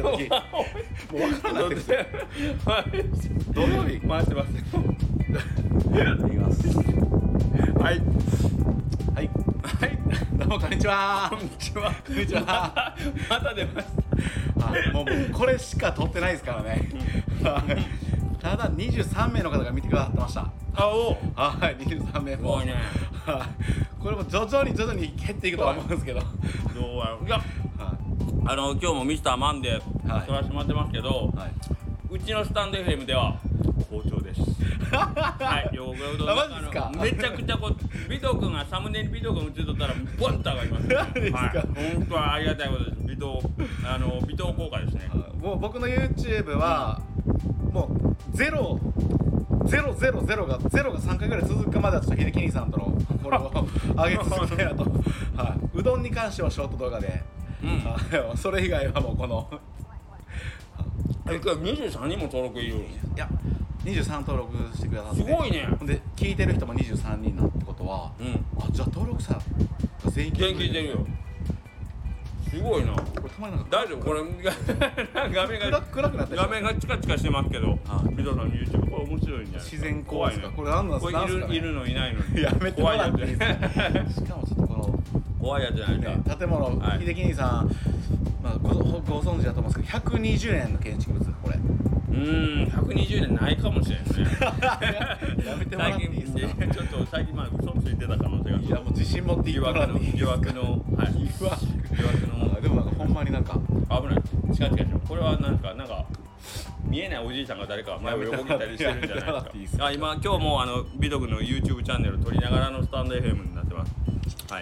日もう分からなくなってる土曜日回してますいきますはいはいどうもこんにちはこんにちはこんにちはまた出ましたもうこれしか撮ってないですからねただ23名の方が見てくださってましたおはい23名もすごいねこれも徐々に減っていくとは思うんですけどどうやろういや今日もミスターマンデー撮らせてもらってますけど、 はい、 うちのスタンド FM では好調ですはいヨーグルトマジですかめちゃくちゃこうビト君がサムネイルビト君映っとったらボンと上がりますね何ですか、 はい、本当はありがたいことですビト効果ですねもう僕の YouTube は、もう0が3回ぐらい続くまではちょっと秀樹兄さんとのこれを上げ続けたいなと、はい、うどんに関してはショート動画で、それ以外はもうこの 23人も登録いるいや23登録してくださってすごいねで聞いてる人も23人なんてことは、じゃあ登録者全員聞いてるよすごいなこれたまになんか大丈夫これ画面が暗くなって画面がチカチカしてますけどビトさんの YouTube これ面白いんじゃないですか自然光ですか、 怖いねこれ何なんですか、 これいるのいないのにやめてもらっていいですかしかもちょっとこの怖いやつじゃないですか、 建物、 はい秀樹兄さん、ご存知だと思うんですけど120年の建築物これ 120年ないかもしれないですねやめてもらっていいですかちょっと最近嘘ついてた可能性がいやもう自信持って言ってもらっていいですか疑惑のはい疑惑のでもなんかほんまになんか危ない違うこれはなんか見えないおじいさんが誰か前を横切ったりしてるんじゃないですか今日もビト君の YouTube チャンネル撮りながらのスタンド FM になってますはい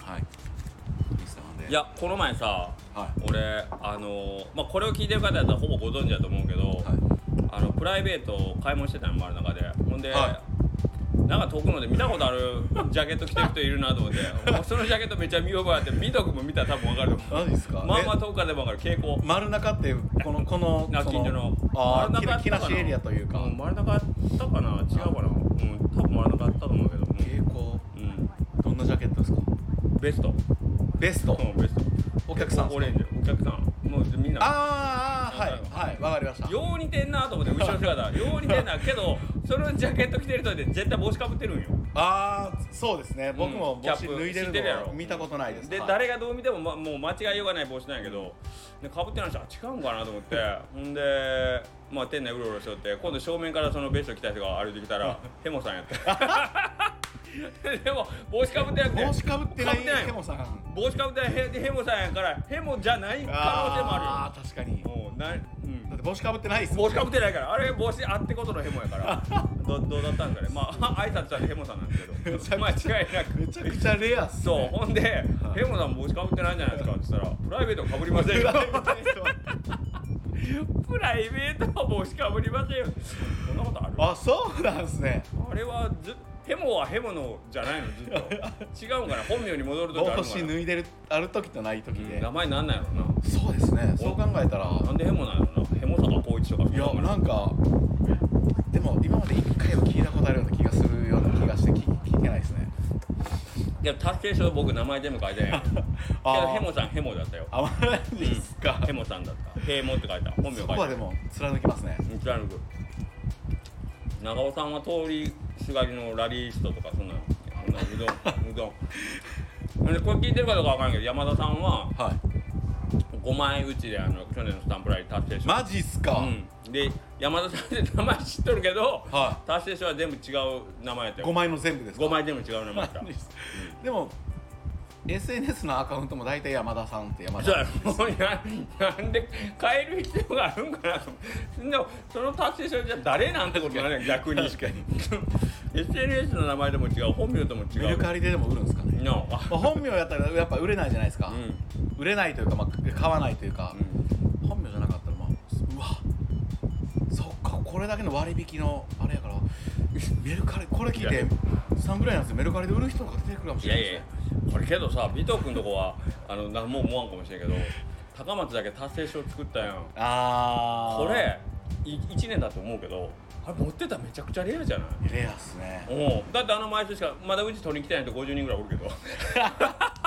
いやこの前さ、俺これを聞いてる方だったらほぼご存知だと思うけど、プライベートを買い物してたの丸中でほんで、なんか遠くので見たことあるジャケット着てる人いるなと思ってもうそのジャケットめっちゃ見覚えあってビト君も見たら多分分かると思うマジですかまあ遠くからでも分かる傾向丸中っていうこの近所の丸中木梨エリアというか丸中あったかな違うかな多分丸中あったと思うけど傾向どんなジャケットですかベストベストお客さんオレンジお客さんもうみんなはいわかりましたよう似てんなと思って後ろ姿よう似てんなけどそのジャケット着てる人で絶対帽子かぶってるんよそうですね僕も帽子脱いでるの見たことないですで誰がどう見てももう間違いようがない帽子なんやけどかぶってない人は違うんかなと思ってほんで店内うろうろしとって今度正面からそのベスト着た人が歩いてきたらヘモさんやったでも帽子かぶってなくて帽子かぶってないヘモさん帽子かぶってないヘモさんやからヘモじゃない可能性もあるよ確かにだって帽子かぶってないっす帽子かぶってないからあれ帽子あってことのヘモやからどうだったんですかね挨拶したらヘモさんなんですけど間違いなくめちゃくちゃレアっすねそうほんでヘモさん帽子かぶってないんじゃないですかって言ったらプライベートかぶりませんよプライベートは帽子かぶりませんよそんなことあるそうなんですねあれはヘモはヘモのじゃないのずっと違うんかな本名に戻るときあるのかな帽子脱いでるある時とない時で名前なんなんやろなそうですねそう考えたらなんでヘモなんやろなヘモ坂光一とかいやなんかでも今まで一回は聞いたことあるような気がするような気がして聞いてないですねいや達成書僕名前全部書いてないけどヘモさんヘモだったよマジですかヘモさんだったヘモって書いた本名書いたそこはでも貫きますね貫く長尾さんは通りすがりのラリーストとかそんなうどんでこれ聞いてるかどうかわからんけど山田さんは5枚うちで去年のスタンプラリー達成書マジっすか、 で山田さんって名前知っとるけど、達成書は全部違う名前やったよ 5枚の全部ですか 5枚全部違う名前やったでも SNS のアカウントも大体山田さんって山田そうさんやろなんで変える必要があるんかなとその達成書じゃ誰なんてことなね逆に SNS の名前でも違う本名とも違うメルカリでも売るんですかね本名やったらやっぱ売れないじゃないですか、売れないというか、買わないというか、本名じゃなかったらうわそっかこれだけの割引のあれやからメルカリこれ聞いて3ぐらいなんですよメルカリで売る人が出てくるかもしれないですねこれけどさ尾藤君とこは何も思わんかもしれんけど高松だけ達成書作ったやんこれ1年だと思うけどあれ持ってたらめちゃくちゃレアじゃないレアっすねだって毎年しかまだうち取りに来てない人50人ぐらいおるけど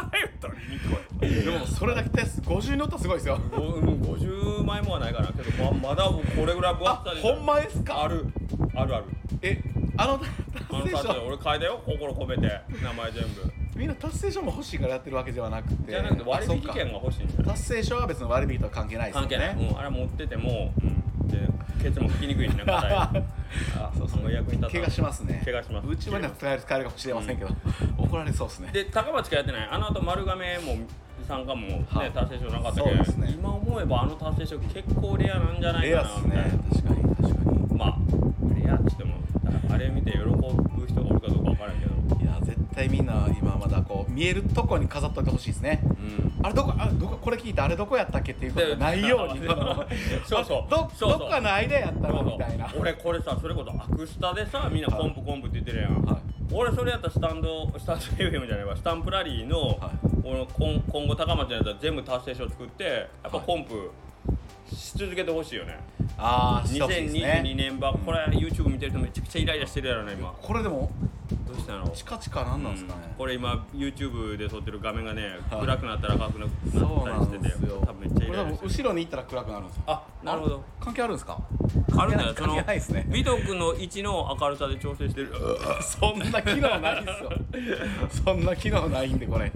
でもそれだけです50に乗ったらすごいですよ。 50枚もはないかなけど、まだこれぐらい分厚さでほんまですか？ あるあの達成証俺書いたよ、心込めて名前全部。 みんな達成証も欲しいからやってるわけではなくて、 じゃなくて割引券が欲しいんだよ。 達成証は別に割引とは関係ないですよね。 関係ない、あれ持ってても、でケツも聞きにくいしね、硬い。 そう役に立つ。怪我しますね。 怪我します。 うちまでは使えるかもしれませんけど、怒られそうですね。 で高松しかやってない。あの後丸亀も参加もね、達成証なかったけど、今思えばあの達成証結構レアなんじゃないかな。 レアですね。確かに。 まあレアって言ってもあれ見て喜ぶ人がおるかどうか分からんけど、 いや絶対みんな今まだこう見えるとこに飾っといてほしいですね。あれどここれ聞いてあれどこやったっけっていうことがないように。 そうどっかの間やったのみたいな。 俺これさ、それこそアクスタでさ、みんなコンプって言ってるやん。俺それやったらスタンド FM じゃないわ、スタンプラリーの今後高松のやつは全部達成証作って、やっぱコンプし続けてほしいよね。2022年版、これ YouTube 見てる人めちゃくちゃイライラしてるやろね今。 これでもどうしたの？ チカチカなんですかね。 これ今 YouTube で撮ってる画面がね、暗くなったら赤くなったりしてて、 そうなんですよ。 多分めっちゃイライラしてる。 後ろに行ったら暗くなるんですよ。 あ、なるほど。 関係あるんですか？ あるんだよ。その美徳の位置の明るさで調整してる。 そんな機能ないですよ。そんな機能ないんでこれ。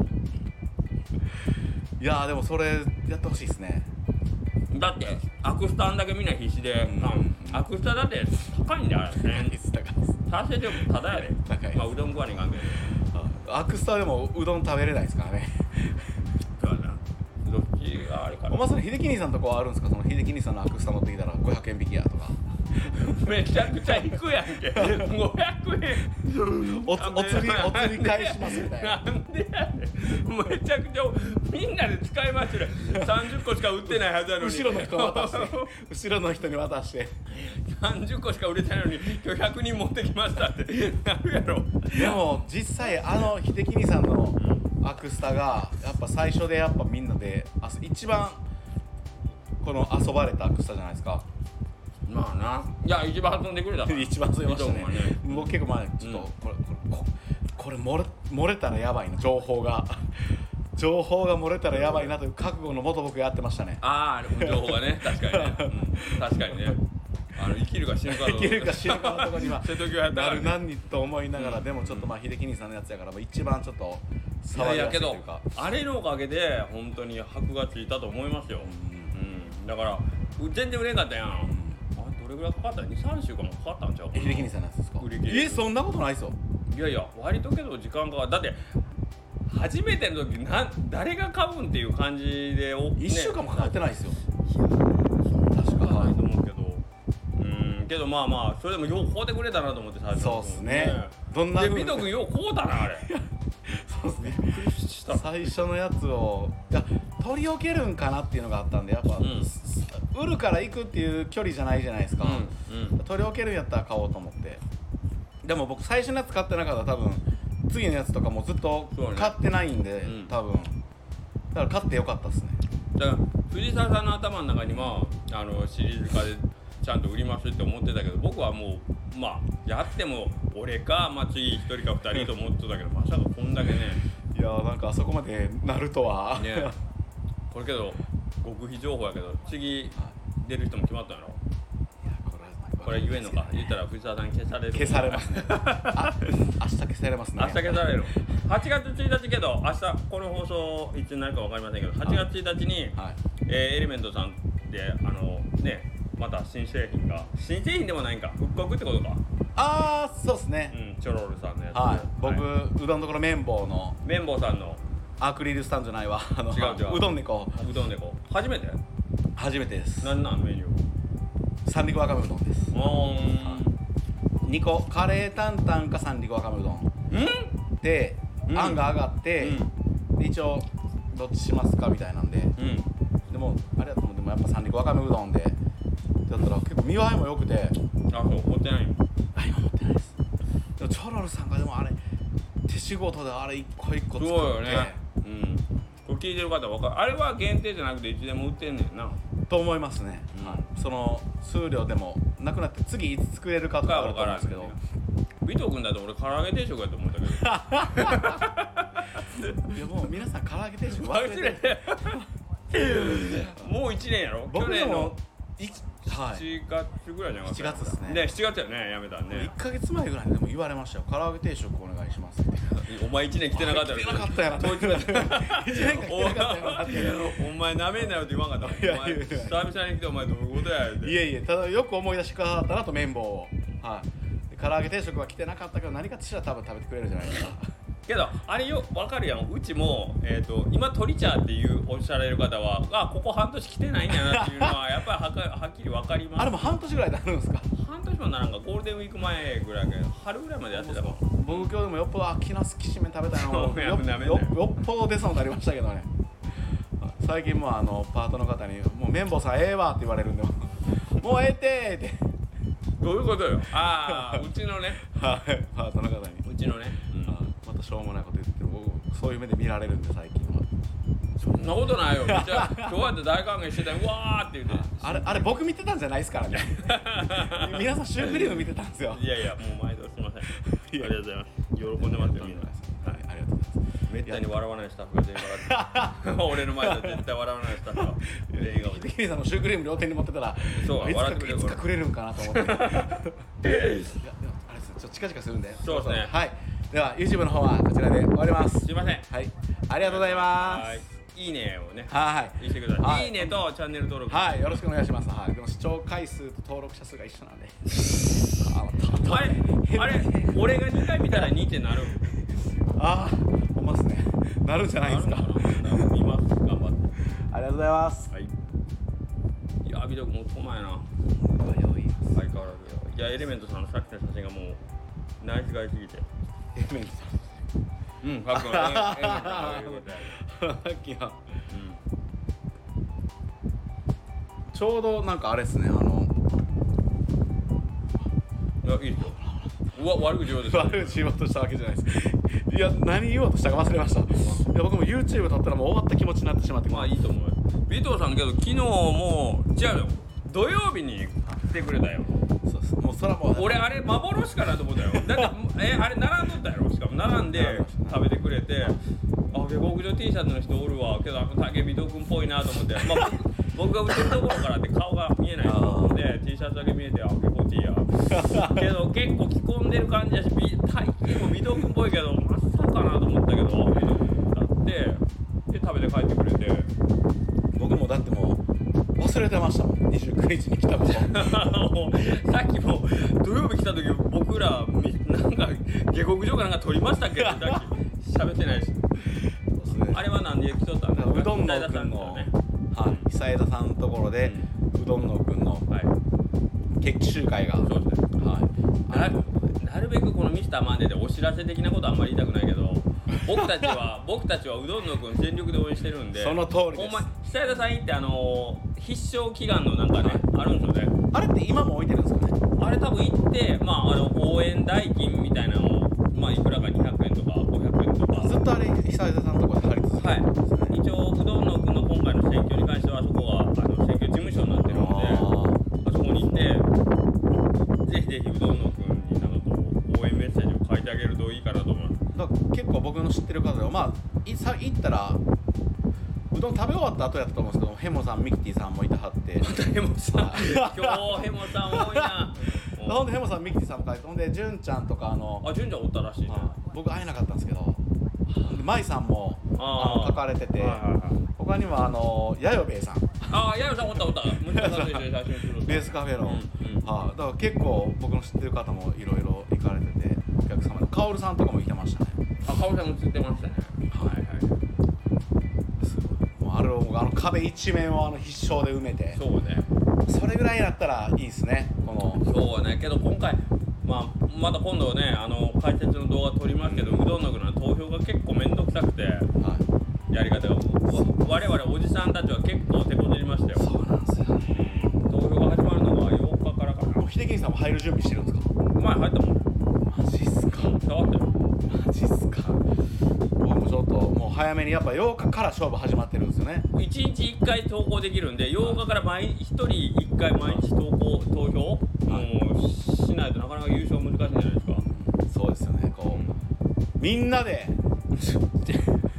いやでもそれやってほしいですね。 だってアクスタんだけみんな必死で、アクスタだって高いんだよあれね。達成証ただやで。まあうどん食わにいかんけど。 アクスタでもうどん食べれないですからね。 そうだな。どっちがあれかな。 お前それ秀樹兄さんとこはあるんですか？その秀樹兄さんのアクスタ持ってきたら500円引きやとか。 めちゃくちゃ引くやんけ。500円お釣り返しますみたいな。 なんでやねん。めちゃくちゃみんなで使いますよ。30個しか売ってないはずなのに。 後ろの人に渡して 30個しか売れてないのに今日100人持ってきましたってなるやろ。 でも実際秀樹兄さんのアクスタがやっぱ最初でやっぱみんなで一番この遊ばれたアクスタじゃないですか。 まあな。いや一番遊んでくれたから。 一番遊びましたね。僕結構前ちょっとこれ漏れたらやばいな、情報が漏れたらやばいなという覚悟のもと僕やってましたね。 ああ情報がね、確かにね、確かにね。生きるか死ぬかのとこにはなる何と思いながら、でもちょっと秀樹兄さんのやつやから一番ちょっと騒ぎやすいというか、あれのおかげで本当に箔がついたと思いますよ。だから全然売れんかったやん。どれぐらいかかった？ 2,3 週間もかかったんちゃうかな。 秀樹兄さんのやつですか？そんなことないっすよ。いや割とけど時間かかる。だって初めての時誰が買うんっていう感じで、 1週間もかかってないっすよ。 確かないと思うけど、けどまあそれでもよう買うてくれたなと思って最初。 そうっすね。どんなで美徳よう買うたなあれ。 そうっすね。最初のやつを取り置けるんかなっていうのがあったんで、やっぱ売るから行くっていう距離じゃないじゃないですか。取り置けるんやったら買おうと思って。でも僕最初のやつ買ってなかったら多分次のやつとかもずっと買ってないんで、多分だから買ってよかったっすね。 だから藤沢さんの頭の中にはシリーズ化でちゃんと売りますって思ってたけど、僕はもうやっても俺か、次1人か2人と思ってたけど、まさかこんだけね。 いやなんかあそこまでなるとはね。これけど極秘情報やけど次出る人も決まったんやろ。これ言えんのか。言ったら藤沢さん消される。 消されますね。明日消されますね。 明日消される。8月1日けど、明日この放送いつになるか分かりませんけど、8月1日に、エレメントさんでまた新製品でもないんか、復刻ってことか。 そうですね。 チョロールさんのやつ。 僕うどんどころ綿棒さんのアクリルスタンドじゃないわ。 違ううどん猫。 初めてです。何メニュー？ 三陸わかめうどんです。2個カレー担々か三陸わかめうどんで、あんが上がって、一応どっちしますかみたいなんで、でもあれだと思う。でもやっぱ三陸わかめうどんでだったら結構見栄えも良くて。 そう持ってないの？ 今持ってないです。でもチョロルさんがでもあれ手仕事であれ一個一個作って。 そうよね。これ聞いてる方は分かる。あれは限定じゃなくていつでも売ってんねんなと思いますね。その数量でもなくなって次いつ作れるかとかあると思うんですけど、 ビト君だと俺唐揚げ定食やと思ったけど。 いやもう皆さん唐揚げ定食忘れてるもう1年やろ。 僕でも 7月ぐらいじゃなかった。 7月ですね。 7月やね、やめたね。 1ヶ月前ぐらいでも言われましたよ。唐揚げ定食お願いしますって。 お前1年来てなかったよ。 来てなかったやな。1年間来てなかったやな。 お前なめんなよって言わんかった。お前久々に来てお前どういうことやって。 いえいえ、ただよく思い出してくださったなと、綿棒を。はい。唐揚げ定食は来てなかったけど何かとしたら多分食べてくれるじゃないですか。 けどあれよ分かるやん。うちも今鳥茶っていうおっしゃられる方はここ半年来てないんやなっていうのはやっぱりはっきり分かります。 あれも半年ぐらいになるんですか。 半年もならんか。ゴールデンウィーク前ぐらいから春ぐらいまでやってたもん。 僕今日でもよっぽどきなすきしめん食べたいのよっぽど出そうになりましたけどね。最近もパートの方に「もう綿棒さんええわ」って言われるんで「もうええって」って。 どういうことよ。うちのねはい、パートの方にうちのね、 またしょうもないこと言って僕そういう目で見られるんで最近は。 そんなことないよ。めっちゃ今日やって大歓迎してたよ。うわーって言って。 あれ僕見てたんじゃないですからね。皆さんシュークリーム見てたんですよ。 いやいや、もう毎度すみません。ありがとうございます。喜んでますよみんな。 はい、ありがとうございます。 めったに笑わないスタッフが全員笑って俺の前では絶対笑わないスタッフが全員が秀樹さんのシュークリーム両手に持ってたらいつかくれるんかなと思って。いやでもあれですちょっと近々するんで。 そうですね。 はい。では YouTube の方はこちらで終わります。 すいません。 はい。ありがとうございます。 いいねをね。 はい。 してください。いいねとチャンネル登録。 はい。よろしくお願いします。はい。でも視聴回数と登録者数が一緒なんで。 あれ俺が2回見たら2ってなる。 ほんまっすね。なるんじゃないですか。 見ます。頑張って。 ありがとうございます。 はい。いやビデオもうこまやな。 相変わらず。 いやエレメントさんのさっきの写真がもうナイスガイすぎて。 エレメントさん。 うん。さっきのエレメントさんさっきは。ちょうどなんかあれですね。 いやいいですよ。うわ悪口言おうとした。 悪口言おうとしたわけじゃないです。いや何言おうとしたか忘れました。いや僕も YouTube 撮ったらもう終わった気持ちになってしまって。 まあいいと思うよ。尾藤さんけど昨日も違うよ。土曜日に来てくれたよ。 そうです。もうそらもう俺あれ幻かなと思ったよ。だってあれ並んどったやろ。しかも並んで食べてくれて、下克上 T シャツの人おるわ。けど竹尾藤君っぽいなと思って。まあ僕が売ってるところからって顔が見えないので T シャツだけ見えて結構 T やけど結構着込んでる感じやし体型も美藤君っぽいけどまさかなと思ったけど美藤君だってで食べて帰ってくれて僕もだってもう忘れてましたもん29日に来たことさっきも土曜日来た時僕らなんか下克上かなんか撮りましたっけってさっき喋ってないしあれは何で来とったんですか。 うどんのくんの久枝さんのところで、うどんのくんの決起集会がそうですね。なるべくこのミスターマンデーでお知らせ的なことはあんまり言いたくないけど僕たちはうどんのくん全力で応援してるんでその通りです。 お前久枝さん行って必勝祈願のなんかねあるんですよね。 あれって今も置いてるんですかね。 あれ多分行って応援代金みたいなのをいくらか200円とか500円とかずっとあれ久枝さんのところで貼り続けてるんですね。 一応うどんのくんの今回の選挙に関してはあそこが選挙事務所になってるのであそこに行ってぜひぜひうどんのくんに応援メッセージを書いてあげるといいかなと思います。 だから結構僕の知ってる方では行ったらうどん食べ終わった後やったと思うんですけどヘモさんミキティさんもいたはってヘモさん今日ヘモさん多いなほんでヘモさんミキティさんも書いてほんで純ちゃんとか純ちゃんおったらしいね。 僕会えなかったんですけど舞さんも書かれてて他にも弥生兵衛さん弥生さんおったむしろ撮影して写真するベースカフェのだから結構僕の知ってる方もいろいろ行かれててお客様でカオルさんとかも来てましたね。 カオルさんも映ってましたね。 すごいもうあれを壁一面を必勝で埋めてそうねそれぐらいやったらいいですね。 そうねけど今回また今度ね解説の動画撮りますけどうどんのくんの投票が結構めんどくさくて、やり方が我々おじさんたちは結構手こずりましたよ。 そうなんですよね。 投票が始まるのが8日からかな。 秀樹さんも入る準備してるんですか。 前入ったもん。 マジっすか。 変わったよ。 マジっすか。僕もちょっともう早めにやっぱ8日から勝負始まってるんですよね。 1日1回投稿できるんで8日から1人1回毎日投票しないとなかなか優勝難しいんじゃないですか。 そうですよね。みんなでそら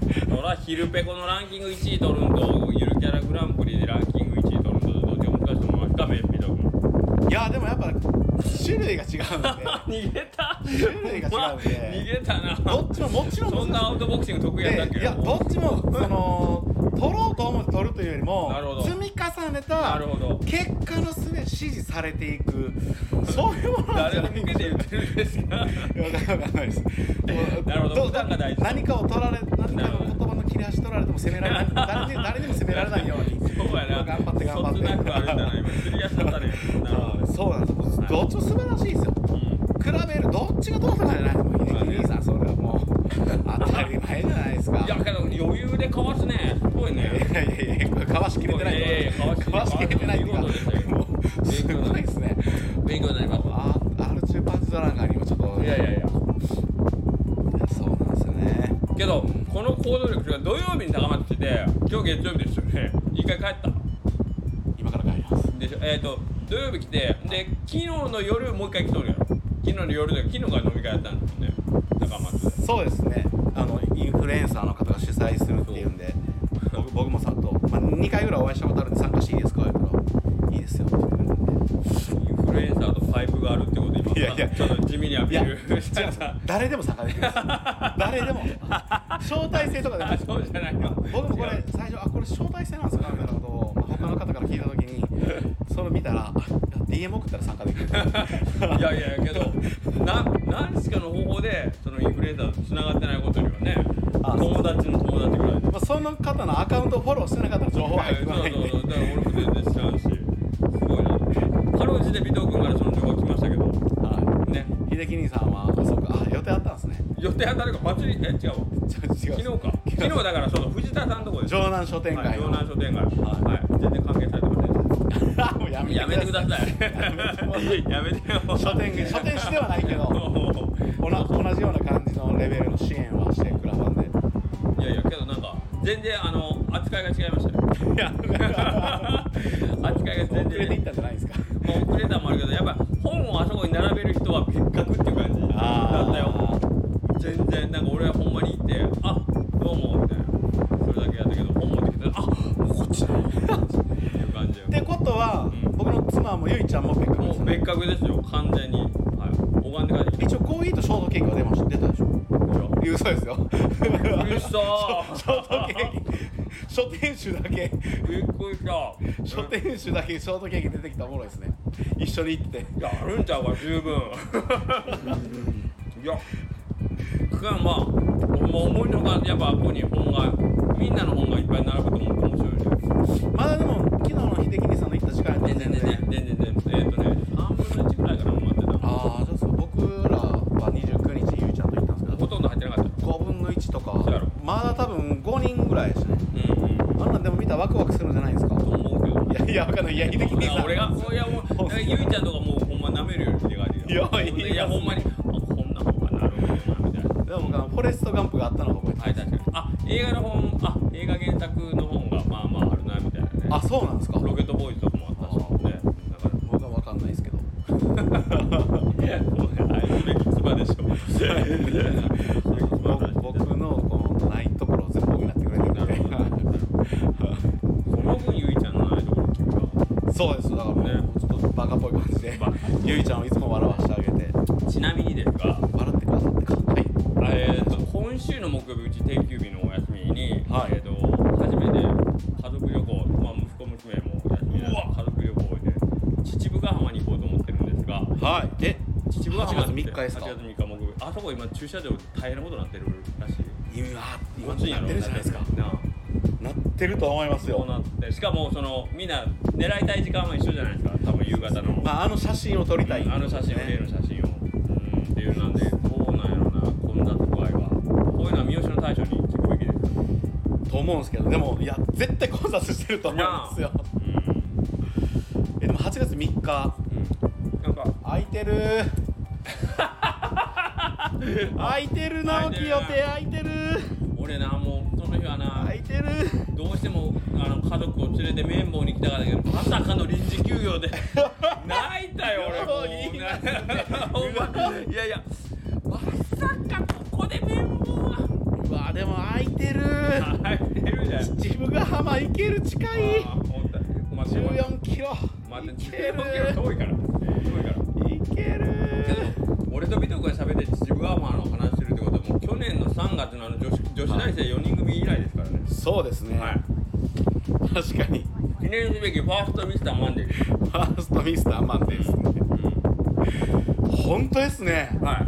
らヒルペコのランキング1位取るんとゆるキャラグランプリでランキング1位取るんとどっちが難しいと思いますかメンピド君。 いやでもやっぱ種類が違うんで逃げた種類が違うんで、 逃げたな。 どっちももちろんそんなアウトボクシング得意やったっけ。 いやどっちもその取ろうと思って取るというよりもなるほど積み重ねたなるほど結果の末指示されていくそういうものなんじゃない誰に向けて言ってるんですか。 わかんないですなるほど普段が大事。 何かを取られ何かの言葉の切れ端取られても責められない誰にも責められないようにそうやな。 頑張ってそつなくあるんじゃない今すり足だったね。なるほど。 そうなんですよどっちも素晴らしいですよ比べるどっちがどうとかじゃないですもん秀樹兄さんそれはもう当たり前じゃないですか。 いやけど余裕でかわすね。すごいね。 いやこれかわしきれてないとかわしきれてないっていうかもうすごいですね。 勉強になります。 アルチューパンチドランカーにもちょっといやそうなんですよね。 けどこの行動力が土曜日に高まってきて今日月曜日ですよね。一回帰った。 今から帰りますでしょ。土曜日来てで昨日の夜もう一回来とるやろ。昨日の夜で昨日が飲み会やったんですよね。高松で。 そうですねインフルエンサーの方が主催するっていうんで僕もさっと、2回ぐらいお会いしたことあるんで参加していいですかって言ったらいいですよって言ってくれるんでインフルエンサーとパイプがあるってこと今いやいやちょっと地味にアピールしたら誰でも参加できます誰でも招待制とかでもそうじゃないの。 僕もこれ最初これ招待制なんですかみたいなことを、他の方から聞いた時にそれを見たらDM 送ったら参加できるいやけど何しかの方法でそのインフルエンサーと繋がってないことにはね友達の友達ぐらいで、 その方のアカウントをフォローしてなかったら情報は入ってこないんでそうだから俺も全然知らんしすごいな。かろうじて尾藤君からその情報が来ましたけどはいね。 秀樹兄さんはそうか予定あったんですね予定当たるか祭り違うわ違う昨日か昨日だからそう藤田さんのとこで城南書店街城の南書店街はい全然関係されてません。 もうやめてくださいやめてよ。 書店誌ではないけど同じような感じのレベルの支援はしてクラファンでいやけどなんか全然扱いが違いましたよ。 いや扱いが全然遅れていったんじゃないですか。 遅れたもあるけどやっぱ本をあそこに並べる人は別格っていう感じだったよ。全然なんか俺はほんまに行ってあどうもみたいなそれだけやったけど本持ってきてあもうこっちだっていう感じよ。 ってことは、僕の妻もゆいちゃんも別格ですね。 もう別格ですよ完全に。はい拝んで帰ってきて一応コーヒーとショートケーキは出たでしょ。いや嘘ですよ。 びっくりしたショートケーキ書店主だけびっくりした書店主だけショートケーキ出てきたおもろいですね。一緒に行っていやあるんちゃうか十分いやまあ思いのがやっぱここに本がみんなの本がいっぱい並ぶと思うと面白いね。 まだでも昨日の秀樹兄さんの行った時間やったら全然3分の1ぐらいかな待ってた。 ああじゃあそう僕らは29日ゆいちゃんと行ったんですけどほとんど入ってなかった。 5分の1とかそうやろまだ多分5人ぐらいでしたね。あんなんでも見たらワクワクするんじゃないですか。 と思うけどいやわかんない。いや秀樹兄さん俺がいやもうゆいちゃんとかもうほんま舐めるよりって感じいやほんまにこんな本がなるほどなみたいな。 でも僕フォレストガンプがあったのが覚えてはい確かに映画の本映画原作の本がまああるなみたいなね。 あそうなんですか。 ロケットボーイズとかもあったしね。だから僕は分かんないですけどいやもう愛すべき妻でしょ僕のこのないところを全部補ってくれてるんでその分ゆいちゃんのないところ君がそうですだからもうちょっとバカっぽい感じでゆいちゃんをいつも笑わせてあげてちなみにですが笑ってくださってかはい今週の木曜日うち定休日のお休みに、 はい初めて家族旅行、息子娘もお休みなので家族旅行で秩父ヶ浜に行こうと思ってるんですがはい秩父ヶ浜って 8月3日ですか。 8月3日木曜日あそこ今駐車場大変なことになってるらしい。 今なってるじゃないですか。 ななってると思いますよ。 そうなってしかもみんな狙いたい時間は一緒じゃないですか多分夕方のあの写真を撮りたい、 あの写真を例の写真をっていうなんでどうなんやろな混雑具合はこういうのは三好の大将に聞くべきですと思うんですけどでもいや絶対混雑してると思うんですよ。でも8月3日なんか空いてる空いてる直樹予定空いてる俺なもうその日はな空いてるどうしても家族を連れて綿棒に来たかったけどまさかの臨時休業で泣いたよ俺もうほんまいやまさかここで綿棒がうわでも空いてる浜行ける近い。14キロ。 待って14キロ遠いからいける。 俺とビト君が喋って秩父川浜の話してるってことはもう去年の3月の女子大生4人組以来ですからね。 そうですね、 はい、 確かに記念すべきファーストミスターマンデーです。 ファーストミスターマンデーですね、本当ですね。 はい。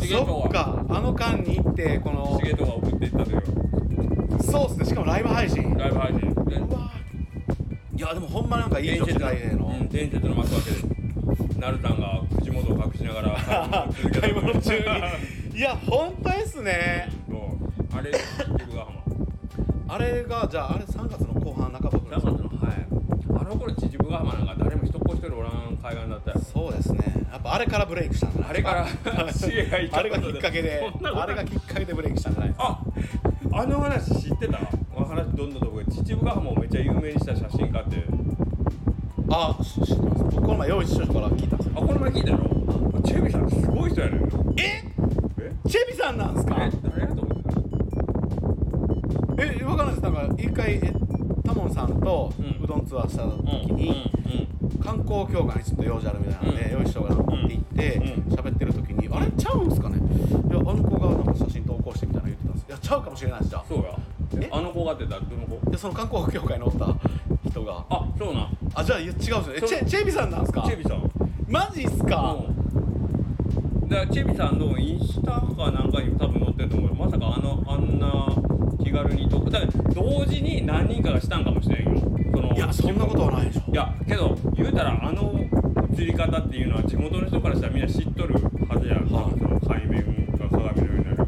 そっか、あの間に行ってこのシゲトが送っていったという。 そうですね、しかもライブ配信。 ライブ配信。 うわ、いやでもほんまなんかいい女子大生の伝説の幕開けです。なるさんが口元を隠しながら買い物中にいや本当ですね。 あれ秩父川浜。 あれがじゃああれ3月の後半半ばぐらい。 3月の、はい。あの頃秩父川浜なんか誰も一っ子一人おらん海岸だったよ。 そうですね、やっぱあれからブレイクしたんじゃないあれからシゲがいたあれがきっかけでブレイクしたんじゃないですか。 あの話知ってた？あの話どんなとこで秩父川浜をめっちゃ有名にした写真家って。 あ、知ってます。僕この前用意師匠から聞いたんですよ。 あ、この前聞いたの？チェビさんすごい人やねん。 チェビさんなんですか？ 誰やと思ってた？わかんないです。なんか一回タモンさんとうどんツアーした時に観光協会にちょっと用事あるみたいなんで用意師匠が持って行って喋ってる時にあれちゃうんですかね？いやあの子がなんか写真投稿してみたいな言ってたんです。いやちゃうかもしれないです。じゃあそうや。あの子がって誰？どの子？ でその観光協会におった人が。 あ、そうな。 あ、じゃあ違うんですよ。チェビさんなんですか？ チェビさん。 マジっすか？ だからチェビさんのインスタかなんかに多分載ってると思う。まさかあんな気軽にだから同時に何人かがしたんかもしれんよ。 いやそんなことはないでしょ。 いやけど言うたらあの映り方っていうのは地元の人からしたらみんな知っとるはずやん。その海面が鏡のようになる。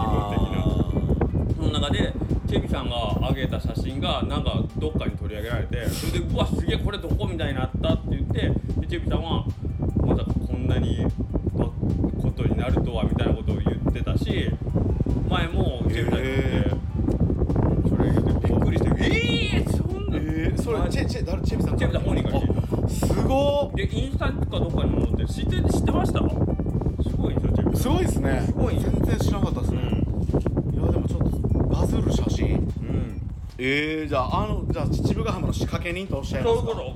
その中でチェビさんが上げた写真がなんかどっかに取り上げられて、それでうわすげえこれどこみたいになったって言って、でチェビさんはまさかこんなにことになるとはみたいなことを言ってたし、前もチェビさんに言ってそれ言ってびっくりしてそんなそれ誰チェビさん？ チェビさん本人から聞いた。 すごー。 でインスタかどっかにも載ってる。知ってました？すごいんですよチェビさん。 すごいですね。 すごい全然知らなかったですね。いやでもちょっとバズる写真。じゃあ秩父ヶ浜の仕掛け人とおっしゃいますか？ そういうこと。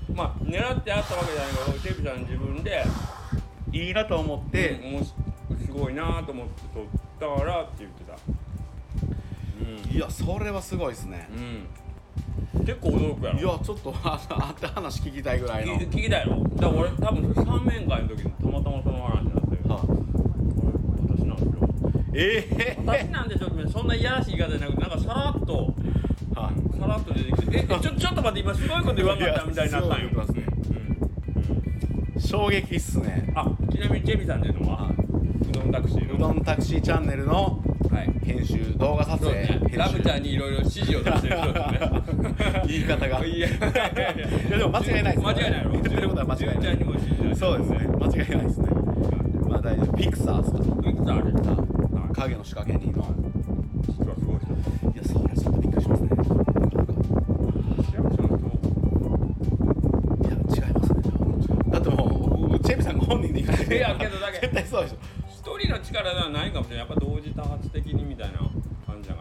まあ狙ってあったわけじゃないけど、チェビさん自分でいいなと思って、 すごいなと思って撮ったからって言ってた。 いやそれはすごいですね。 結構驚くやろ。 いやちょっとあって話聞きたいぐらいの。 聞きたいの。だから俺多分三面会の時にたまたまその話になって、私なんですよ。私なんでしょってそんないやらしい言い方じゃなくて、なんかさらっと出てきて、ちょっと待って今すごいこと言わんかったみたいになったんよ。 衝撃っすね。 ちなみにチェビさんっていうのはうどんタクシーチャンネルの編集、動画撮影、 ラムちゃんにいろいろ指示を出してる人ですね。 言い方が。いやでも間違いないです。 間違いないよ。 言ってることは間違いない。 ちゃんにも指示出して。 そうですね。間違いないですね。まあ大丈夫。ピクサーですか？ ピクサーですか？ 影の仕掛け人の。 実はすごい人。 いやそれちょっとびっくりしますね。 市役所の人。 いや違いますね。だってもうチェビさんが本人で言っていやけどだけ絶対そうでしょ。 一人の力ではないかもしれない。やっぱ同時多発的にみたいな感じだから。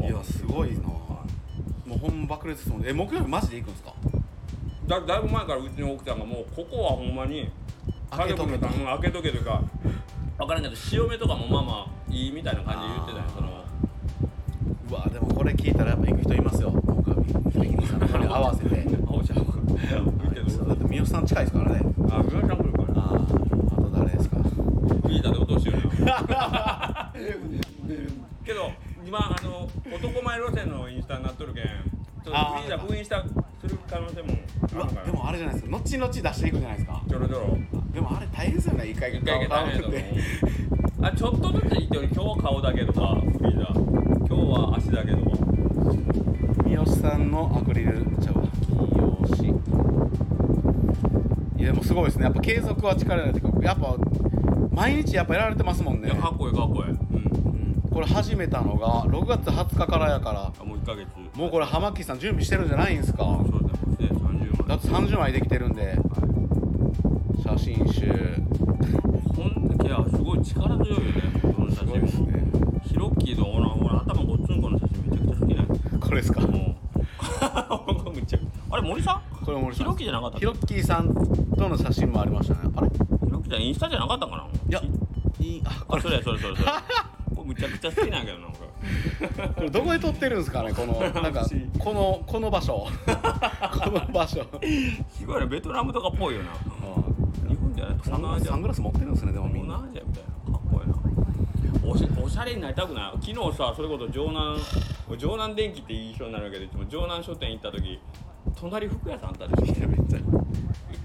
いやすごいな。もうほんま爆裂ですもんね。木曜日マジで行くんですか？ だいぶ前からうちの奥さんがもうここはほんまに開けとけと開けとけというか分からんけど潮目とかもまあまあいいみたいな感じで言ってたよ。 うわでもこれ聞いたらやっぱ行く人いますよ。木曜日関根さんと合わせて。だって三好さん近いですからね。 三好さん来るから。 あと誰ですか？ 聞いたで落としよな。けど今男前路線のインスタになっとるけん、ちょっと封印したする可能性もあるから。 でもあれじゃないですか。後々出していくじゃないですか。 ちょろちょろ。 でもあれ大変ですよね。一回大変だと思う。ちょっとずついってより今日は顔だけとかフリーザー、今日は足だけとか。 三好さんのアクリルちゃうわ。三好。いやでもすごいですね。やっぱ継続は力ないというか、やっぱ毎日やっぱやられてますもんね。 いやかっこいいかっこいい。 これ始めたのが6月20日からやから、 もう1ヶ月。 もうこれ浜木さん準備してるんじゃないんですか？ そうですね。30枚。 だって30枚できてるんで、写真集。 いやすごい力強いよね。この写真。 ですね。 ヒロッキーの俺頭ごっつんこの写真めちゃくちゃ好きなんです。 これですか？ もうれ森さん？ これ森さん。 ヒロキじゃなかったっけ？ ヒロッキーさんとの写真もありましたね。あれ？ ヒロキちゃんインスタじゃなかったんかな？ いや、 これそれこれむちゃくちゃ好きなんやけどなこれどこで撮ってるんですかね、このなんかこの場所この場所すごいね、ベトナムとかっぽいよな。日本じゃない東南アジア。 サングラス持ってるんですね、でもみんな。 東南アジアみたいな、かっこいいな。おしゃれになりたくない？昨日さ、それこそ城南電機っていい人になるけど、いつも城南書店行った時隣服屋さんあったでしょ。 めっちゃ行った？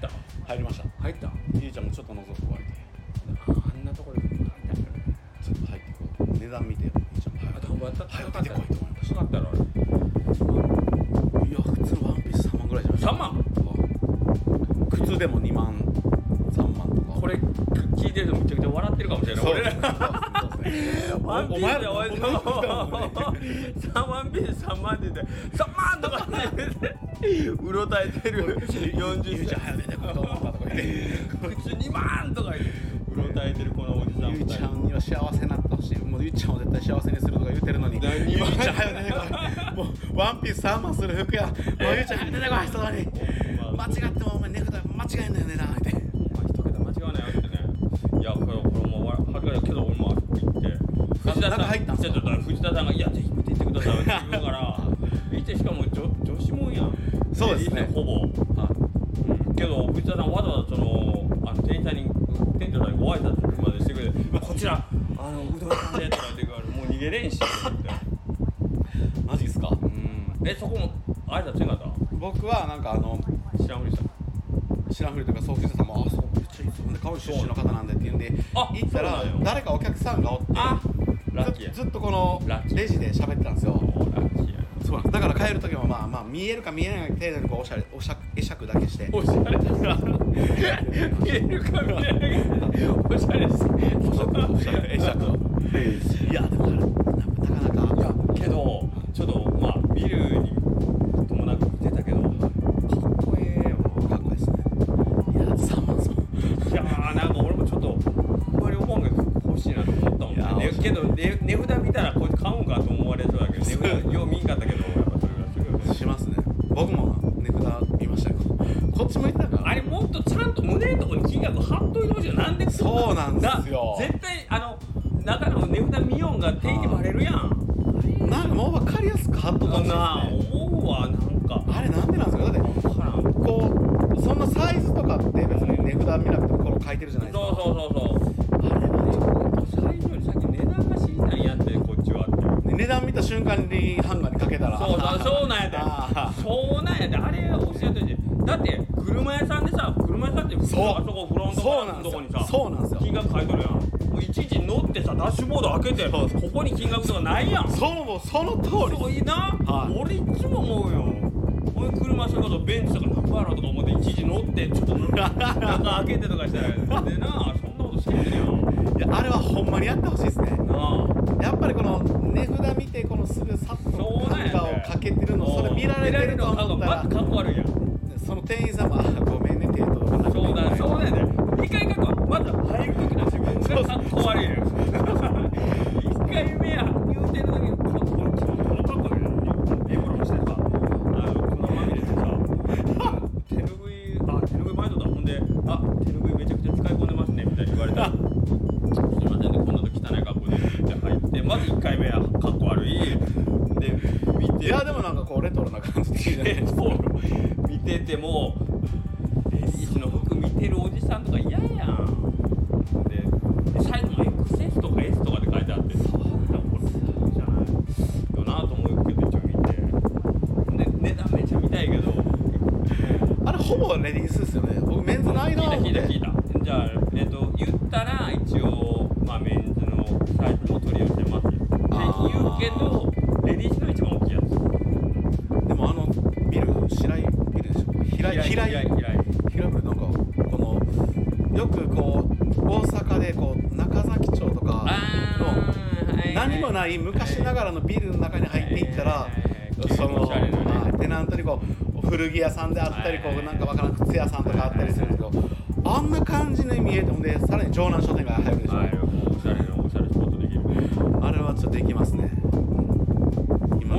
入りました。 入った？ ゆうちゃんもちょっと覗くわれて、 あんなところで服買いたいよね。 ちょっと入ってこう、値段見てよ、ゆうちゃんも早く出てこいと思いまし高かったろあれ。 た。いや、普通ワンピース3万ぐらいじゃないですか。 3万？ 靴でも2万3万とか。 これ聞いてるとめちゃくちゃ笑ってるかもしれない。俺らワンピースでお前ワンピース3万って言って3万とかってうろたえてる40歳早出てこいと思ったとか言って靴2万とか言ってうろたえてるこのおじさんゆうちゃんには幸せになってほしい。もうゆうちゃんを絶対幸せにするとか言ってるのに、ゆうちゃん早出てこい。もうワンピース3万する服や。もうゆうちゃん早出てこい人なに。間違ってもお前値札間違えんだよ値段って。 一桁間違わないよってね。いやこれもう恥ずかしいけど俺もあそこ行って藤田さん入ったんすか？ 藤田さんがいやぜひ見ていってくださいって言うから見てしかも女子もんやん。 そうですね。 ほぼ。けど藤田さんわざわざその店長さんにご挨拶までしてくれてこちらうどんさんでとかって言うからもう逃げれんしって言ってマジっすか？ そこも挨拶せんかった？ 僕はなんか知らんふりした。 知らんふりというか、そう藤田さんもそうめっちゃいいっすよ。で川口出身の方なんでって言うんで行ったら誰かお客さんがおってラッキーや。 ずっとこのレジで喋ってたんですよ。 ラッキーや。 そうなんです。だから帰る時もまあ見えるか見えない程度にこう会釈だけして。 おしゃれだな。見えるか見えないかおしゃれです。 おしゃれ会釈を。いやでもなかなか。 いやけどちょっとまあビルに伴って見てたけどかっこええよ。 かっこいいですね。いや3万そう。 いやなんか俺もちょっとあんまり思うけど欲しいなと思ったもんね。けど値札見たらこいつ買うんかと思われそうだけど値札よう見んかったけどやっぱそれがするよね。 しますね。僕も値札見ましたよ。こっち向いてたから。 あれもっとちゃんと胸のところに金額貼っといてほしいよ。なんでそうなんですよ。 絶対中の値札見よんが店員にバレるやん。 なんかもう分かりやすく貼っとかな思うわ。なんかあれなんでなんですか。だってこうそんなサイズとかって別に値札見なくてもこれ書いてるじゃないですか。 そうあれはねサイズより先値段が知りたいんやってこっちはって値段見た瞬間にハンガーにかけたらそうなんやでそうなんやで。あれ教えといて。だって車屋さんでさ車屋さんってあそこフロントガラスのとこにさ金額書いとるやん。もういちいち乗ってさダッシュボード開けてここに金額とかないやん。 その通り。 そういいな、俺いつも思うよ。俺車それこそベンツとか何パーロとか思っていちいち乗ってちょっと中開けてとかしたらでなそんなことしてんねやん。 いやあれはほんまにやってほしいですね。やっぱりこの値札見てこのすぐさっとハンガーをかけてるのそれ見られてると思ったらまずかっこ悪いやん。 その店員さんもごめんね程度とかそうだよね。2回かっこまず入る時の自分がかっこ悪いやん。1回目や言うてる時にこのかっこいいやん。エプロンしてさ粉まみれでさ手拭い前とだ。ほんで手拭いめちゃくちゃ使い込んでますねみたいに言われたらすいませんねこんなと汚い格好でって入ってまず1回目やかっこ悪いで見て。 いやでもなんかこうレトロな感じでいいじゃないですか。 見ててもレディースの服見てるおじさんとか嫌やん。でサイズも XS とか S とかって書いてあってそうだこれそうじゃないよなと思うけど一応見てで値段めっちゃ見たいけどあれほぼレディースですよね。僕メンズの間は聞いた。じゃあ言ったら一応まあメンズのサイズも取り寄せますって言うけどレディースの一番大きいやつ。 でもビル白井ビルでしょ。平井ビルなんかこのよくこう大阪でこう中崎町とかの何もない昔ながらのビルの中に入っていったらそのテナントにこう古着屋さんであったりこうなんかわからん靴屋さんとかあったりするんですけどあんな感じに見えてほんでさらに城南商店街入るでしょ。 おしゃれスポットできる。 あれはちょっとできますね。 俺だ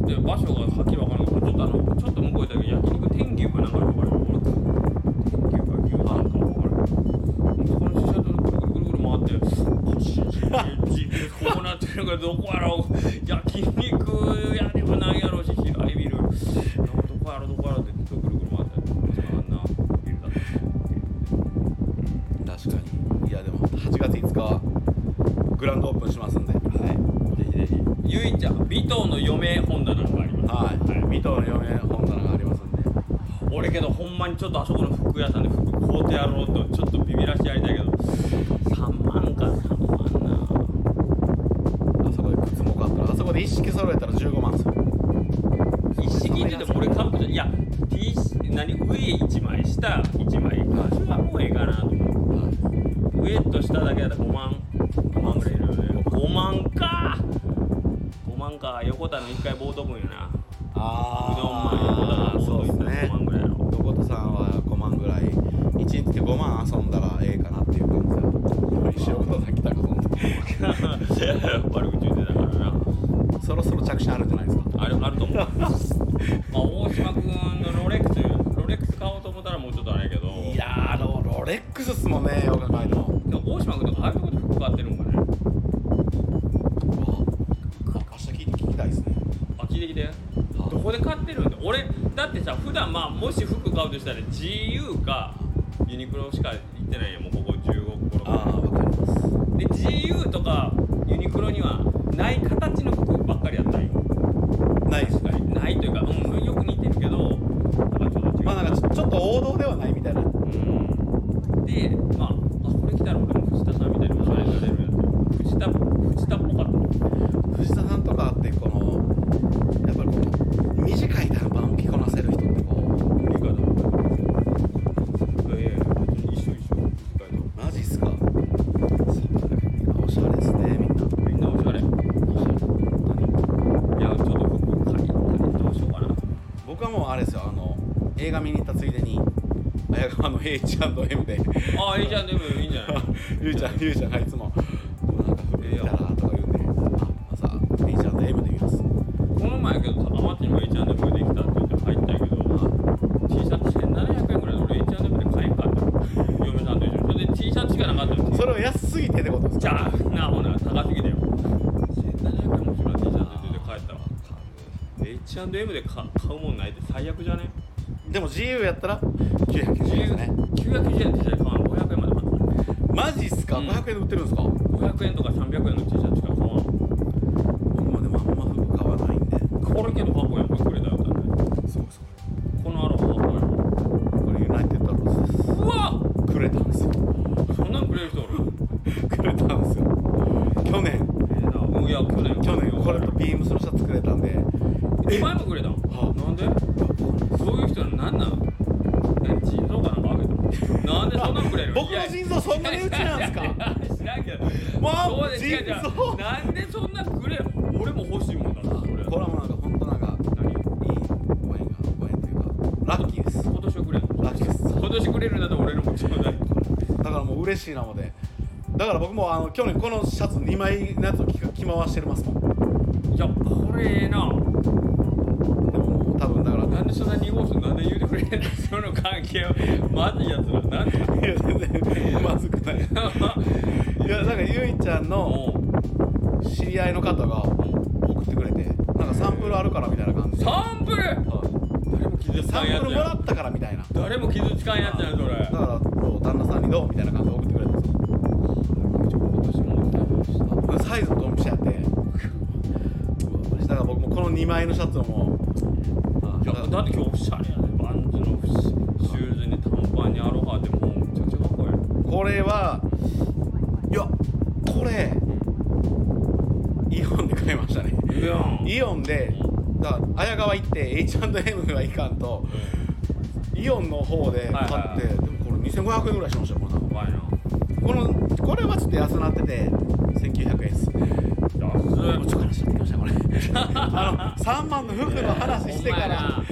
って場所がはっきり分からないからちょっとちょっと向こう行った時焼肉天牛かなんかのところに俺天牛か牛タンか分からないそこの駐車場でぐるぐる回ってこうなってるからどこやろう焼肉屋ではないやろうし平井ビルどこやろうってずっとぐるぐる回ってあんなビルだった確かに。いやでも8月5日はグランドオープンしますんで、はい、ぜひぜひ。 ゆいちゃん尾藤の嫁本棚があります。 はい、はい、尾藤の嫁本棚がありますんで。 俺けどほんまにちょっとあそこの服屋さんで服買うてやろうとちょっとビビらしてやりたいけど3万か3万なあそこで靴も買ったらあそこで一式揃えたら15万ですよ。 一式って言っても俺買うといや T 何上1枚下1枚それはもうええかなと思う、はい、上と下だけだったら5万ぐらいいるよね。5万か横田の1回ボート分やな。うどん前横田のボート行ったら5万ぐらいやろ。 横田さんは5万ぐらい1日で5万遊んだらええかなっていう感じで横田さん来たかと思って悪口言ってたからな。 そろそろ着信あるんじゃないですか。 あると思うまあ大島君のロレックス買おうと思ったらもうちょっとあれやけどいやロレックスっすもんねよく考えても。 大島君とかああいうとこで服買ってるんかね。 明日聞きたいですね。 聞いてきてどこで買ってるんだ俺だってさ普段まあもし服買うとしたら GU かユニクロしか行ってないんやもうここ15個ああ分かります。 で GU とかユニクロにはない形の服ばっかりやったんよ。 ないですか。 ないというかよく似てるけどなんかちょっと違う。 まあなんかちょっと王道ではないみたいな。 でまあこれ着たら俺も藤田さんみたいにおしゃれになれるやつ藤田っぽかった。 藤田さんとかってこのやっぱりこの短い短パンを着こなせる人ってこう無理かだ。別に一緒短いの。 マジっすか。みんなおしゃれですね。みんなおしゃれ。いやちょっと服借りどうしようかな。 僕はもうあれですよ映画見に行ったついでに綾川の H&M でああ H&M いいんじゃないゆうちゃんがいつもなんか服見たらとか言うんでさ H&M で見ます。 この前やけどアマティにも H&M できたって言って入ったんやけど T シャツ1700円ぐらいで俺 H&M で買えんかった嫁さんと一緒にそれで T シャツしかなかったの。 それは安すぎてってことですか。 じゃあほな高すぎだよ。1700円もするな T シャツで帰ったわ。H&M で買うもんないって最悪じゃね。 でも GU やったら990円ですね。 990円の T シャツ買わん500円まで待つ。 マジっすか、うん、500円で売ってるんですか。 500円とか300円の T シャツしか買わん。 僕もでもあんま服買わないんで。 これけど箱やんこれくれたよだね。 そうこのアロハ箱やんこれユナイテッドアローズです。 うわくれたんですよ。 そんなんくれる人おるくれたんですよ去年。 いや去年これとビームスのシャツくれたんで 2枚もくれたん。なんでそういう人は何なん腎臓かなんかあげたなんでそんなんくれる。 僕の腎臓そんなにうちなんすか知らんけどもう腎臓なんでそんなくれる。俺も欲しいもんだなそれ。 これはもうなんか本当なんかいいご縁っていうかラッキーです。 今年はくれるラッキーです。 今年くれるんだと俺のもちょうだい。 だからもう嬉しいなのでだから僕も去年このシャツ2枚のやつを着回してますもん。 いやこれええな。 でももう多分だからなんでそんな2号数なんで言うてくれへんのその関係はまずいやつらなんで。 いや全然まずくないいやなんかゆいちゃんの知り合いの方が送ってくれてなんかサンプルあるからみたいな感じで。 サンプル、はい、誰も傷つかんやつや。 サンプルもらったからみたいな。 誰も傷つかんやつやんそれ。だから旦那さんにどうみたいな感じで送ってくれたんですよ。 今年もサイズもドンピシャやってだから僕もこの2枚のシャツをもういやだって今日おしゃれやね。バンズのシューズに短パンにアロハでもうめちゃくちゃかっこいい。 これはいやこれイオンで買いましたね。イオンでだから綾川行って H&M はいかんとイオンの方で買って、でもこれ2500円ぐらいしましたよ。これはちょっと安なってて1900円です。 安い。 もうちょっと話しちゃってきましたこれ3万の服の話してから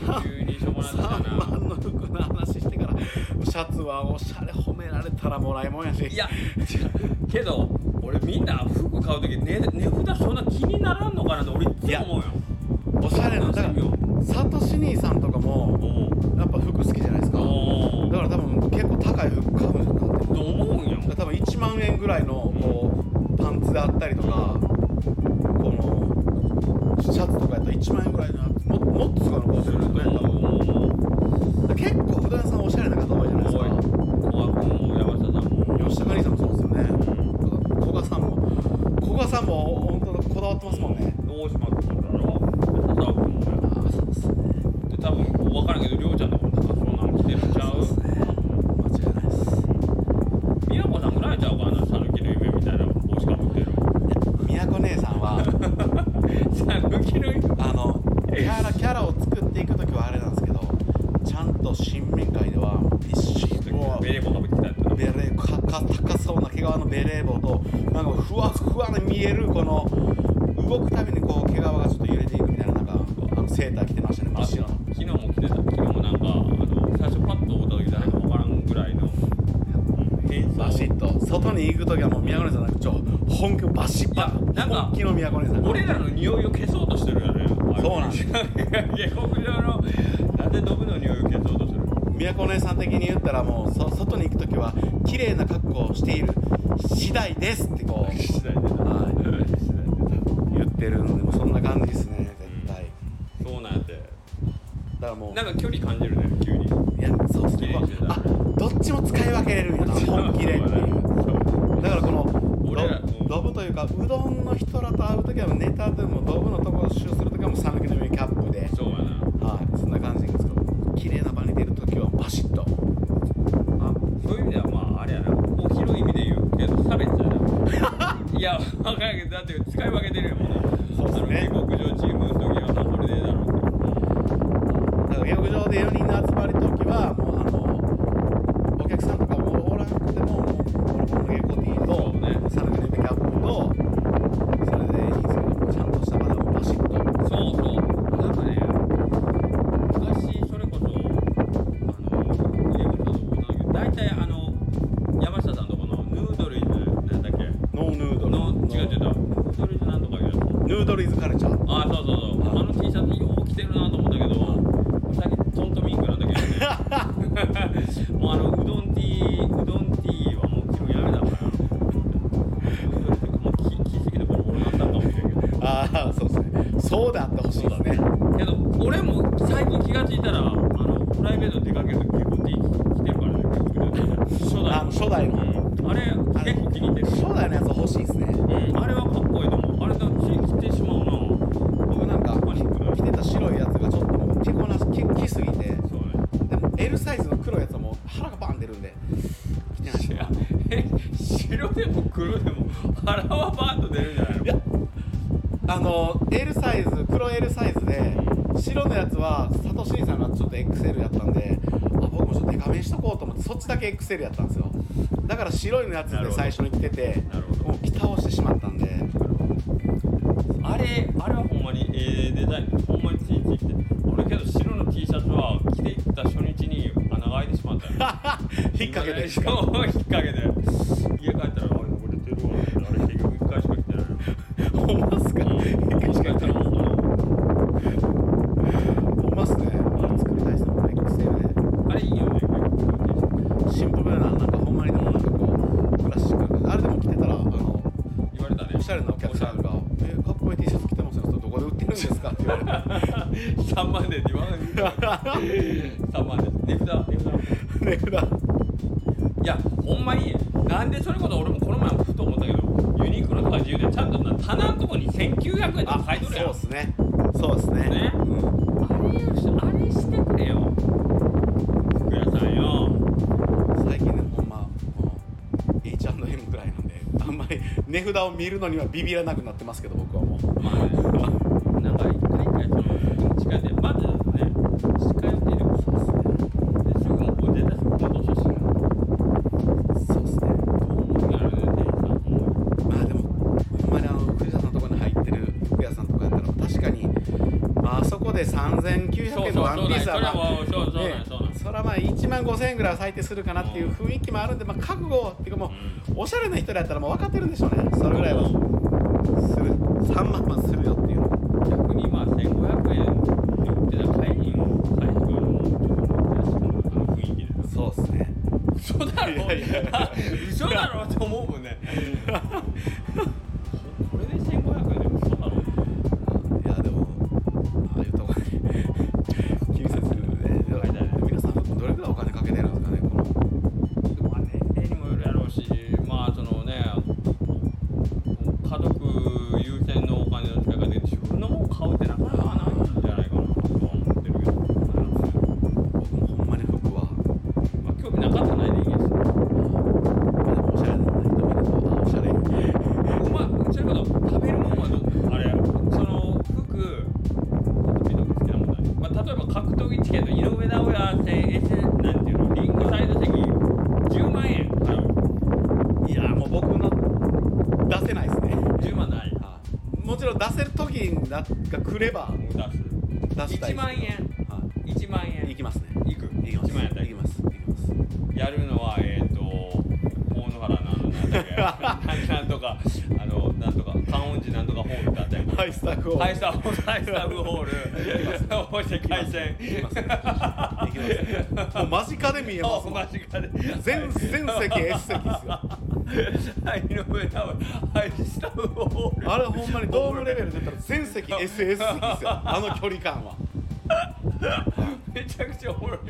3万の服の話してからシャツはおしゃれ褒められたらもらいもんやし。 いやけど俺みんな服買う時値札そんな気にならんのかなって俺いつも思うよ。 おらいのこうパンツであったりとか、このシャツとかやったら1万円ぐらいのやつ、もっとすごいの買うてるんだよね。結構うどん屋さんおしゃれな方多いじゃないですか。 山下さんも吉高兄さんもそうですよね。古賀さんも本当こだわってますもんね。 大島君だろ、山下君もや。 そうですね。 で多分分からんけど、りょうちゃんとかも多分そんなの着てるんちゃう。 そうですね。間違いないです。 宮子さんぐらいちゃうかな、さぬきの夢みたいな帽子かぶってる。 宮子姉さんはさぬきの夢キャラを作っていくときはあれなんですけど、ちゃんと新面会では一緒ベレー帽かぶってきたやつな。 ベレー高そうな毛皮のベレー帽となんかふわふわに見えるこの動くたびにこう毛皮がちょっと揺れていくみたいな、なんかセーター着てましたね。 あ、昨日も着てた。昨日もなんか最初パッと思った時誰か分からんぐらいのバシッと外に行くときはもう宮古姉さんなんか本気バシッパなんか本気の宮古姉さん。 俺らの匂いを消そうとしてるよね。 そうなんです。 下克上のなんでドブの匂いを消そうとしてる。 宮古姉さん的に言ったらもう外に行くときは綺麗な格好をしている次第ですってこう次第で言ってるので、もそんな感じですね絶対。 そうなんやって。 だからもうなんか距離感じるね急に。 いやそうですね。あ、どっちも使い分けれるんやな本気でっていう。だからこのドブというかうどんの人らと会うときはネタでもドブのところを集するときはもう讃岐の上キャップで、 そうやな。 はい、そんな感じですけど、綺麗な場に出るときはバシッと。 あ、そういう意味ではまああれやな、こう広い意味で言うけど差別やな。いや分からんけど、だって使い分けてるやもんね。 そうですね。 下克上チームの時はこれでだろう。 だから下克上で4人の集まりの時はもうお客さんとかもおらんくてももうボロボロのゲコティーと讃岐の指キャップとそれでいいんですけど、ちゃんとした場でもバシッと。 そうそう。なんかね、昔それこそ家元だと思ったんだけど、大体山下さんとこのヌードルイズなんだっけ？ ノーヌードルの違うヌードルイズなんとかいうやつ。 ヌードルイズカルチャー。 あ、そうそうそう。あの T シャツよう着てるなと思ったけど、最近トントミンクなんだけどね。もううどんティーはもう昨日やめたから。もう着すぎてボロボロになったんかもしれんけど。 ああ、そうですね。そうであってほしいですね。 けど俺も最近気がついたらプライベートで出かけると結構 T 着てるからね。 初代の、 あれ結構気に入ってる。 初代のやつ欲しいですね。 あれはかっこいいと思う。あれだと着てしまうな。 僕なんか着てた白いやつがちょっともう着すぎて、 そうね。 でも L サイズの黒いやつはもう腹がバン出るんで着てないですか。 白でも黒でも腹はバーンと出るんじゃないの？ いやL サイズ、黒 L サイズで白のやつはサトシーさんがちょっと XL やったんで、僕もちょっとデカめにしとこうと思ってそっちだけ XL やったんですよ。だから白いのやつで最初に着てて、もう着倒してしまったんで。 あれはほんまにデザインでほんまについてきて、俺けど白の T シャツは着ていった初日に穴が開いてしまったよ。 引っ掛けて引っ掛けて家帰ったらあれ汚れてるわ。あれ結局1回しか着てない。 ほんまっすか。1回しか着てない。ほんまっすね。作りたいですね。XL で。 あれいいよね。 シンプルななんかほんまにでもなんかこうクラシック、あれでも着てたら言われたね。 おしゃれなお客さんがかっこいい T シャツ着てますよ。どこで売ってるんですかって言われて 3万で2万3万です。 値札いやほんまになんでそれこそ俺もこの前もふと思ったけど、ユニクロとか自由でちゃんと棚のとこに1900円とか書いとるやん。 そうですね。そうですね。 ね、あれしてくれよ服屋さんよ。 最近ねほんまもう H&M ぐらいなんであんまり値札を見るのにはビビらなくなってますけど、僕はもうまあねなんか一回その近いでまずね近寄っている。そうですね。ですぐもう絶対すぐ戻すし。 そうですね。 どう思うかなね店員さんほんまに。 まあでもほんまに藤田さんのところに入ってる服屋さんとかやったら確かにまああそこで3900円のワンピースはそれはまあ1万5000円ぐらいは最低するかなっていう雰囲気もあるんで、まあ覚悟っていうかもうおしゃれな人だったらもう分かってるんでしょうね。それぐらいはする3万はするよっていうの。 逆にまあ1500円で売ってた海浜を買いに行くのもちょっと難しい雰囲気で。 そうですね。 嘘だろ嘘だろって思うもんね。 えば格闘技チケット井上尚弥戦なんていうのリングサイド席10万円払う。 いやもう僕の出せないですね。 10万ない。 もちろん出せる時が来れば出したい。1万円。1万円。 いきますね。 行く。1万円だ。 いきます。 やるのは大野原のなんだっけなんとかなんとか観音寺なんとかホールだったよ。 ハイスタッフホール。 ハイスタッフホール。世界戦。 いきます。もう間近で見えます。 間近で。 全席 S 席ですよ。 井上尚弥ハイスタッフホール。 あれほんまにドームレベルで言ったら全席 SS 席ですよ。あの距離感は。 めちゃくちゃおもろい。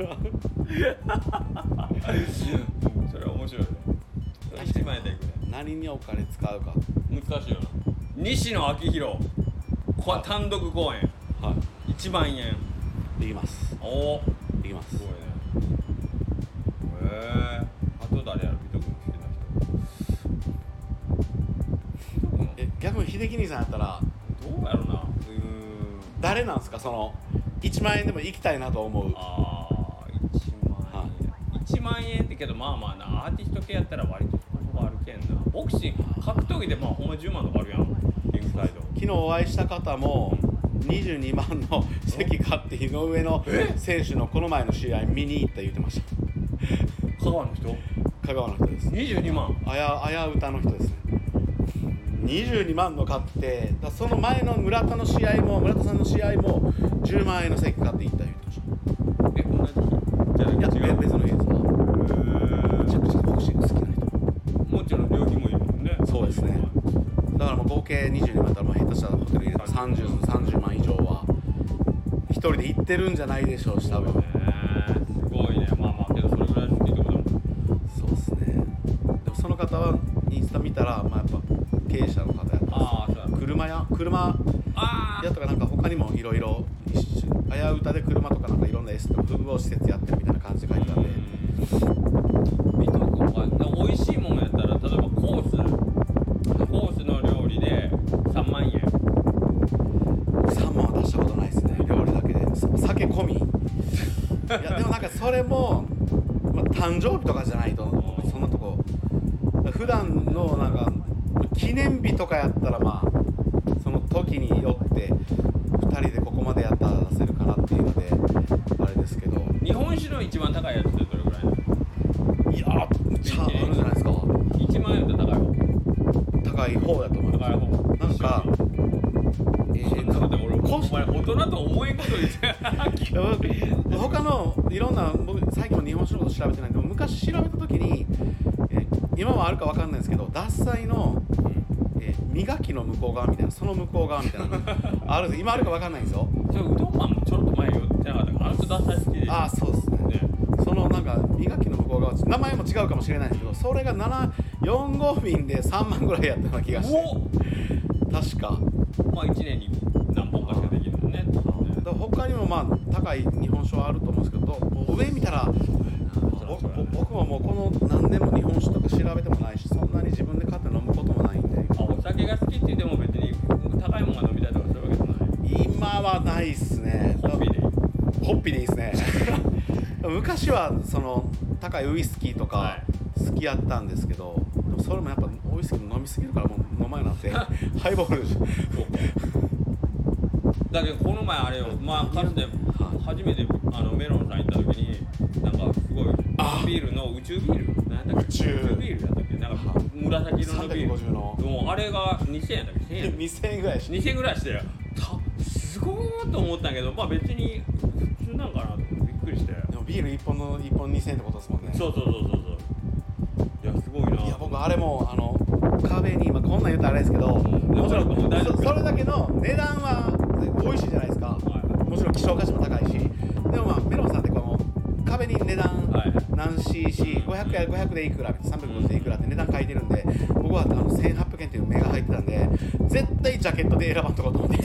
それは面白いね。1万円でいくね。 何にお金使うか難しいよな。西野昭弘単独公演、はい、1万円できます。 おおできます。 すごいね。あと誰やる？ビト君好きな人。 逆に秀樹兄さんやったらどうやろうな。 誰なんですか、その1万円でも行きたいなと思う。 ああ1万円、1万円ってけどまあまあな、アーティスト系やったら割とそこあるけんな。ボクシング格闘技でまあほんま10万とかあるやん、リングサイド。 昨日お会いした方も22万の席買って井上の選手のこの前の試合見に行った言ってました。 香川の人？ 香川の人です。 22万。 あや歌の人ですね。22万の買って、その前の村田さんの試合も10万円の席買って行った言ってました。 同じ日？じゃなくて違う？ 別の日ですな。めちゃくちゃボクシング好きな人。 もちろん料金もいいもんね。 そうですね。だからもう合計22万だったら下手したらホテル入れたら30万以上は一人で行ってるんじゃないでしょうし、多分。 すごいね。まあまあけどそれぐらい好きってことだもん。 そうですね。でもその方はインスタ見たらまあやっぱ経営者の方やったんですよ。車やとかなんか他にもいろいろあやうたで車とかなんかいろんなエステの複合施設やってるみたいな感じで書いてたんで。 伊藤君は美味しいものやったら例えばコースの料理で3万円。 3万は出したことないですね、料理だけで。酒込み。いやでもなんかそれも、まあ、誕生日とかじゃないとそんなとこ普段のなんか記念日とかやったらまあその時によって2人でここまでやったら出せるかなっていうのであれですけど。 日本酒の一番高いやつってどれぐらいなの？ いやめっちゃあるじゃないですか。 1万円って高い方？ 高い方やと思います。 高い方。 なんか俺お前大人と思えんこと言って他のいろんな僕最近も日本酒のこと調べてないんで昔調べた時に、今はあるか分かんないですけど獺祭の、磨きの向こう側みたいなその向こう側みたいなのあるんです。今あるか分かんないんですよ。 うどんマンもちょっと前言ってなかったから、あの人獺祭好きで。 ああそうですね。そのなんか磨きの向こう側名前も違うかもしれないんですけどそれが4号便で3万ぐらいやったような気がして確かまあ1年に何本かしかできるもんね。 他にもまあ高い日本酒はあると思うんですけど上見たら僕ももうこの何年も日本酒とか調べてもないしそんなに自分で買って飲むこともないんで。 お酒が好きって言っても別に高いものが飲みたいとかそういうわけじゃない？ 今はないっすね。 ホッピーでいい？ ホッピーでいいっすね昔はその高いウイスキーとか好きやったんですけど、でもそれもやっぱウイスキー飲みすぎるからもう飲まなくなってハイボールだけどこの前あれよ、まあかつて初めてメロンさん行った時になんかすごいビールの宇宙ビールなんだっけ、宇宙ビールやったっけ、なんか紫色のビール 350のもうあれが2000円だっけ、1000円 2000円ぐらい 2000円ぐらいしてすごーと思ったんやけど、まあ別に普通なんかなと思ってびっくりして。 でもビール1本2000円ってことですもんね。 そういやすごいな。 いや僕あれも壁に今こんなん言ったらあれですけど、もちろんそれだけの値段は美味しいじゃないですか、もちろん希少価値も高いし、でもまあメロンさんってこの壁に値段何 cc500 や500でいくら350でいくらって値段書いてるんで、僕は1800円っていう目が入ってたんで絶対ジャケットで選ばんとこうと思って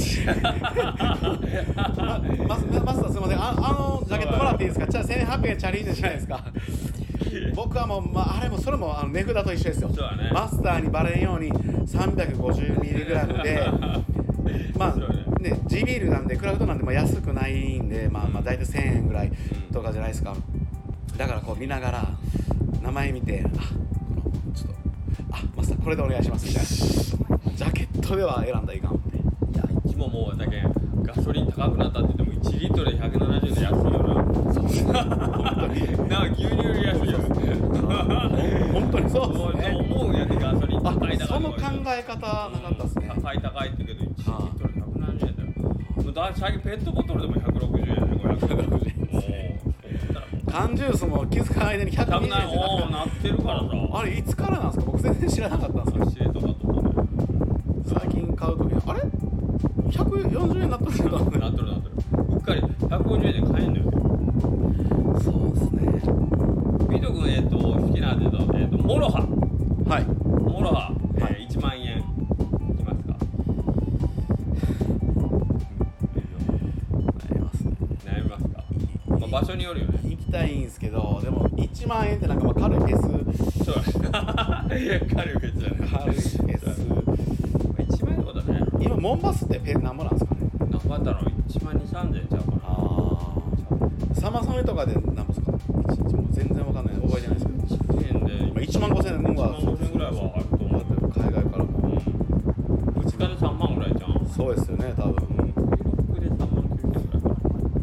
マスターすいません、ジャケットもらっていいですか。じゃあ1800円チャレンジじゃないですか僕はもう、あれもそれも値札と一緒ですよ、マスターにバレんように 350mg でまあね、地ビールなんでクラフトなんでまあ安くないんで、まあ大体1000円ぐらいとかじゃないですか。だからこう見ながら名前見て、ちょっとマスターこれでお願いしますみたいな。ジャケットでは選んだらいかんって。 いやいつももうだけガソリン高くなったって言っても1リットルで170円で安いよな。なんか牛乳より安いよ。 本当にそうですね。 思うんやってガソリン高い高い。 その考え方なかったですね。 高い高いって言うけど1リットル170円だよ。もう最近ペットボトルでも160円で560円。 缶ジュースも気づかない間に120円なってるからさ。 あれいつからなんですか？僕全然知らなかったんですよ。 知れとかとかね。 最近買うときにあれ140円になってるけど。 なってる。うっかり150円で買えんのよ。 そうですね。 ビト君好きなんでモロハ。 はい。 モロハ、1万円いきますか？悩みますか？まあ場所によるよね。 行きたいんですけど、でも1万円ってなんかまあ軽いフェス。 そうだ。軽いフェスじゃない。 軽いフェス。 1万円ってことだね。 今モンバスって何ぼなんですかね？ 何ぼあったの？1万2、3000円ちゃうかな。 サマソニとかで何ぼですか？1日も全然わかんない覚えてないですけど。 1円で 1万5000円のは 1万5000円ぐらいはあると思う。 海外からも。 2日で3万ぐらいじゃん。 そうですよね多分。 フジロックで3万9000円ぐらいかな。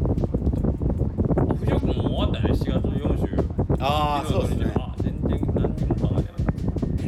フジロックも終わったね。7月の4週。 そうですね。 全然何にも考えてなかった。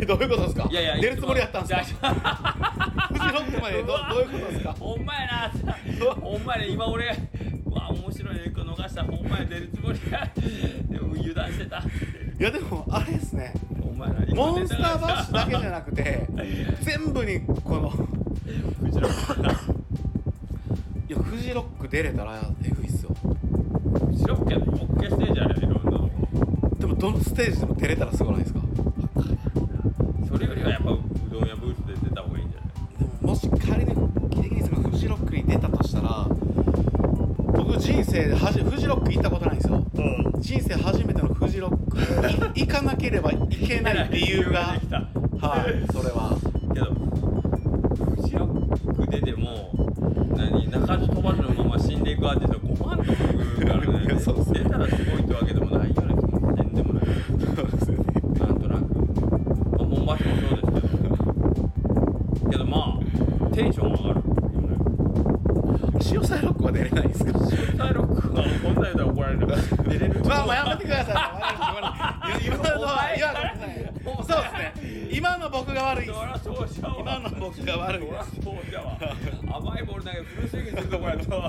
どういうことですか？ いや出るつもりやったんですか？フジロックまでどういうことですか？ ほんまやな。ほんまやね。今俺面白いねこ逃した。ほんまや出るつもりや。でも油断してた。 いやでもあれですね。 ほんまやな。 モンスターバッシュだけじゃなくて全部にこのフジロック。 いやフジロック出れたらエグいっすよ。 フジロックやでオッケーステージあるよいろんなの。 でもどのステージでも出れたらすごないですか？ それよりはやっぱうどん屋ブースで出た方がいいんじゃない？ でももし仮にギリギリフジロックに出たとしたら、僕人生でフジロック行ったことないんですよ。人生初めてのフジロックに行かなければいけない理由がはい、それはけどフジロック出ても鳴かず飛ばずのまま死んでいくアーティスト5万とかいくからね。出たらすごいってわけでもないような気もせんでもない。 そうですよね。 なんとなくモンバシもそうですけどまあテンション上がるよね。 潮騒ロックは出れないんですか？ 潮騒ロックはこんなで怒られる。出れる。 まあやめてください。今のはそうですね。今の僕が悪いです。今の僕が悪いです。 そうじゃわ。甘いボール投げフルスイングするとこやと。すごい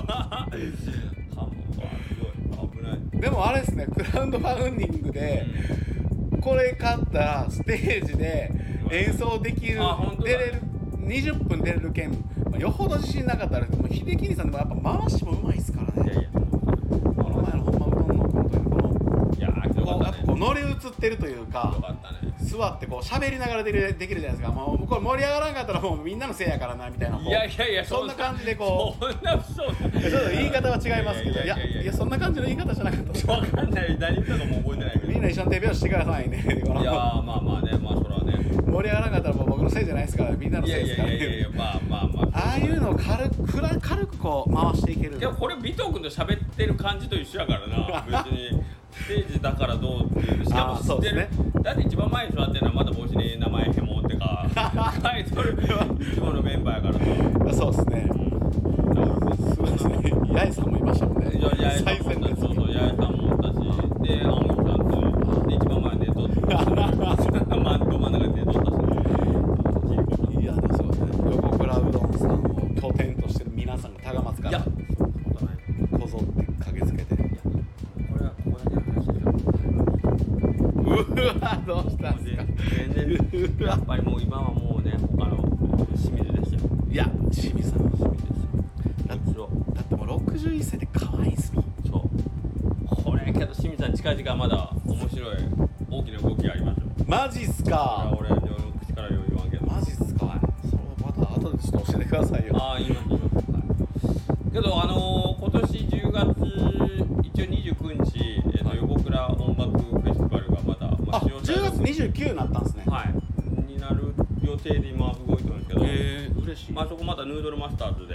危ない。 でもあれですね、クラウドファウンディングでこれ買ったらステージで演奏できる出れる20分出れる件、よほど自信なかったら秀樹兄さんでもやっぱ回しもうまいですからね。この前のほんまうどんのこの時のこのこう乗り移ってるというか、座ってこう喋りながらできるじゃないですか。もうこれ盛り上がらんかったらもうみんなのせいやからなみたいな。 いやそんな感じでこう。 そんなそう言い方は違いますけど、いやそんな感じの言い方じゃなかったです。 分かんない何言ったかも覚えてないけど。 みんな一緒に手拍子してくださいね。 いやまあねまあそれはね。 盛り上がらなかったらもう僕のせいじゃないですからみんなのせいですからね。 いやまあああいうのを軽くこう回していける。 いやこれ尾藤君と喋ってる感じと一緒やからな。別にステージだからどうっていう。しかも知ってる、だって一番前に座ってるのはまだ帽子に名前ヘモってか書いとるいつものメンバーやからさ。 そうですね。そうですね。八重さんもいましたもんね。 八重さんもおったし、そう八重さんもおったし、で青森さんとで一番前で撮ってど真ん中で撮ったし。 いやでもそうですね。横倉うどんさんを拠点としてる皆さんが高松からこぞって駆けつけて。 これはここだけの話ですよ。 うわどうしたんですか？ 全然やっぱりもう今はもうね他の清水ですよ。 いや清水さん清水ですよ。 だってもう61歳で可愛いっすもん。 そうこれけど清水さん近々まだ面白い大きな動きがありますよ。 マジっすか？ 俺の口からよう言わんけど。 マジっすか？それまた後でちょっと教えてくださいよ。 言います、はい、けど今年10月一応29日、横倉音楽フェスティバルがまだ、 10月29になったんですね。 はいになる予定で今動いてるんですけど、 嬉しい。 そこまたヌードルマスターズで、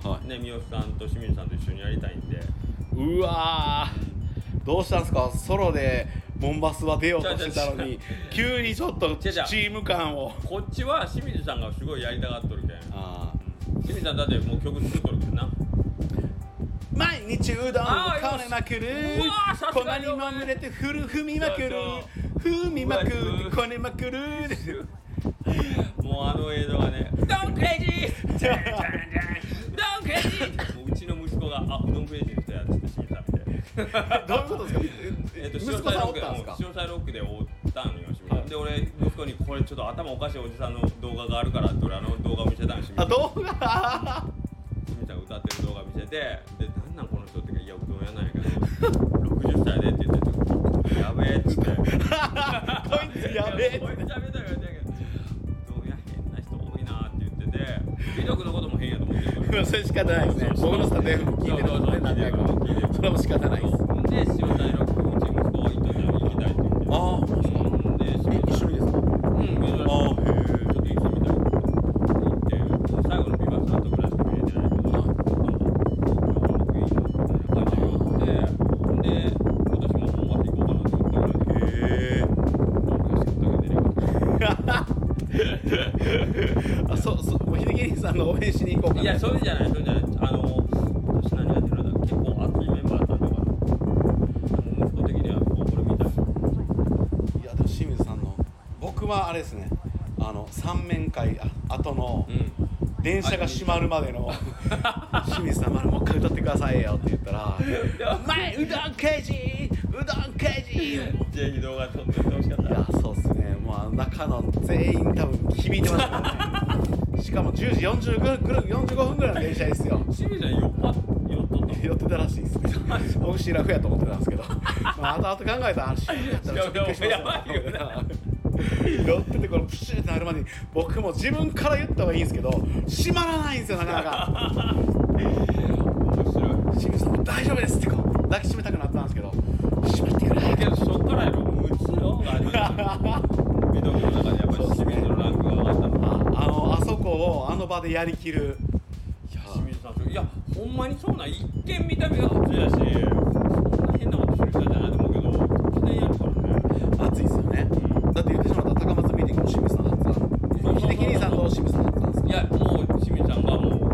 ね、三好さんと清水さんと一緒にやりたいんで。 うわー、どうしたんですか？ソロでモンバスは出ようとしてたのに急にちょっとチーム感を。 こっちは清水さんがすごいやりたがっとるけん。 あ清水さんだってもう曲作っとるけんな。 毎日うどんをこねまくる、粉にまみれて踏みまくる、踏みまくるこねまくるもうあの映像がね、うどんクレイジーじゃんじゃんじゃん、うどんクレイジー。もううちの息子がうどんクレイジーの人やって清水さん見て。 どういうことですか？息子さんおったんですか？ 潮騒ロックでおったんよ、清水さんで。俺息子にこれちょっと頭おかしいおじさんの動画があるからって俺動画を見せたんよ。 あ、動画清水さんが歌ってる動画見せて、でなんなんこの人っていやうどん屋なんやけど60歳でって言ってやべえっつってこいつやべえこいつやべえだよって言うけど、うどん屋変な人多いなって言ってて、美徳のことも変やと思ってるからそれ仕方ないですね。僕のスタッフも聞いてるので何回かそれも仕方ないです。 で潮騒ロックうち息子が行ったじゃん、行きたいって言って、 ああ、ほんまですか？ で一緒にですか？ うん、珍しい。ちょっと行ってみたいって言って最後のビバスさんとぐらいしか見れてないけど、なんか音楽いいなみたいな感じで寄って、で今年も本場で行こうかなと思ったぐらいで、 あ、そう秀樹兄さんの応援しに行こうかな。 いや、それじゃない、それじゃない。私何やってるんだ、結構熱いメンバーだったんだから、息子的にはこれ見たい。 いやでも清水さんの僕はあれですね、三面会後の電車が閉まるまでの清水さん、もう一回歌ってくださいよって言ったら「前うどん刑事うどん刑事」 ぜひ動画撮ってほしかった。 いやそうっすね、もう中の全員多分響いてましたからねしかも10時45分ぐらいの電車ですよ。 清水さん酔っ寄ってたらしいですね僕シラフやと思ってたんですけどまあ後々考えたらシラフやったらちょっとびっくりしますよやばいよな寄っててこのプシューってなるまでに僕も自分から言った方がいいんですけど閉まらないんですよ、なかなか面白い。 清水さんも大丈夫ですってこう抱きしめたくなったんですけど閉まってくれけどそっからやろ、ムツオがありました美徳の中でやっぱり清水のランクが上がったの。 あそこをあの場でやりきる。 いや清水さん、いやほんまにそうな、一見見た目が普通やし、そんな変なことする人じゃないと思うけど突然やるからね。 熱いですよね、だって言ってしまったら高松ミーティングも清水さん初なんで、秀樹兄さんと清水さん初なんですか？ いやもう清水さんがもうインタビュー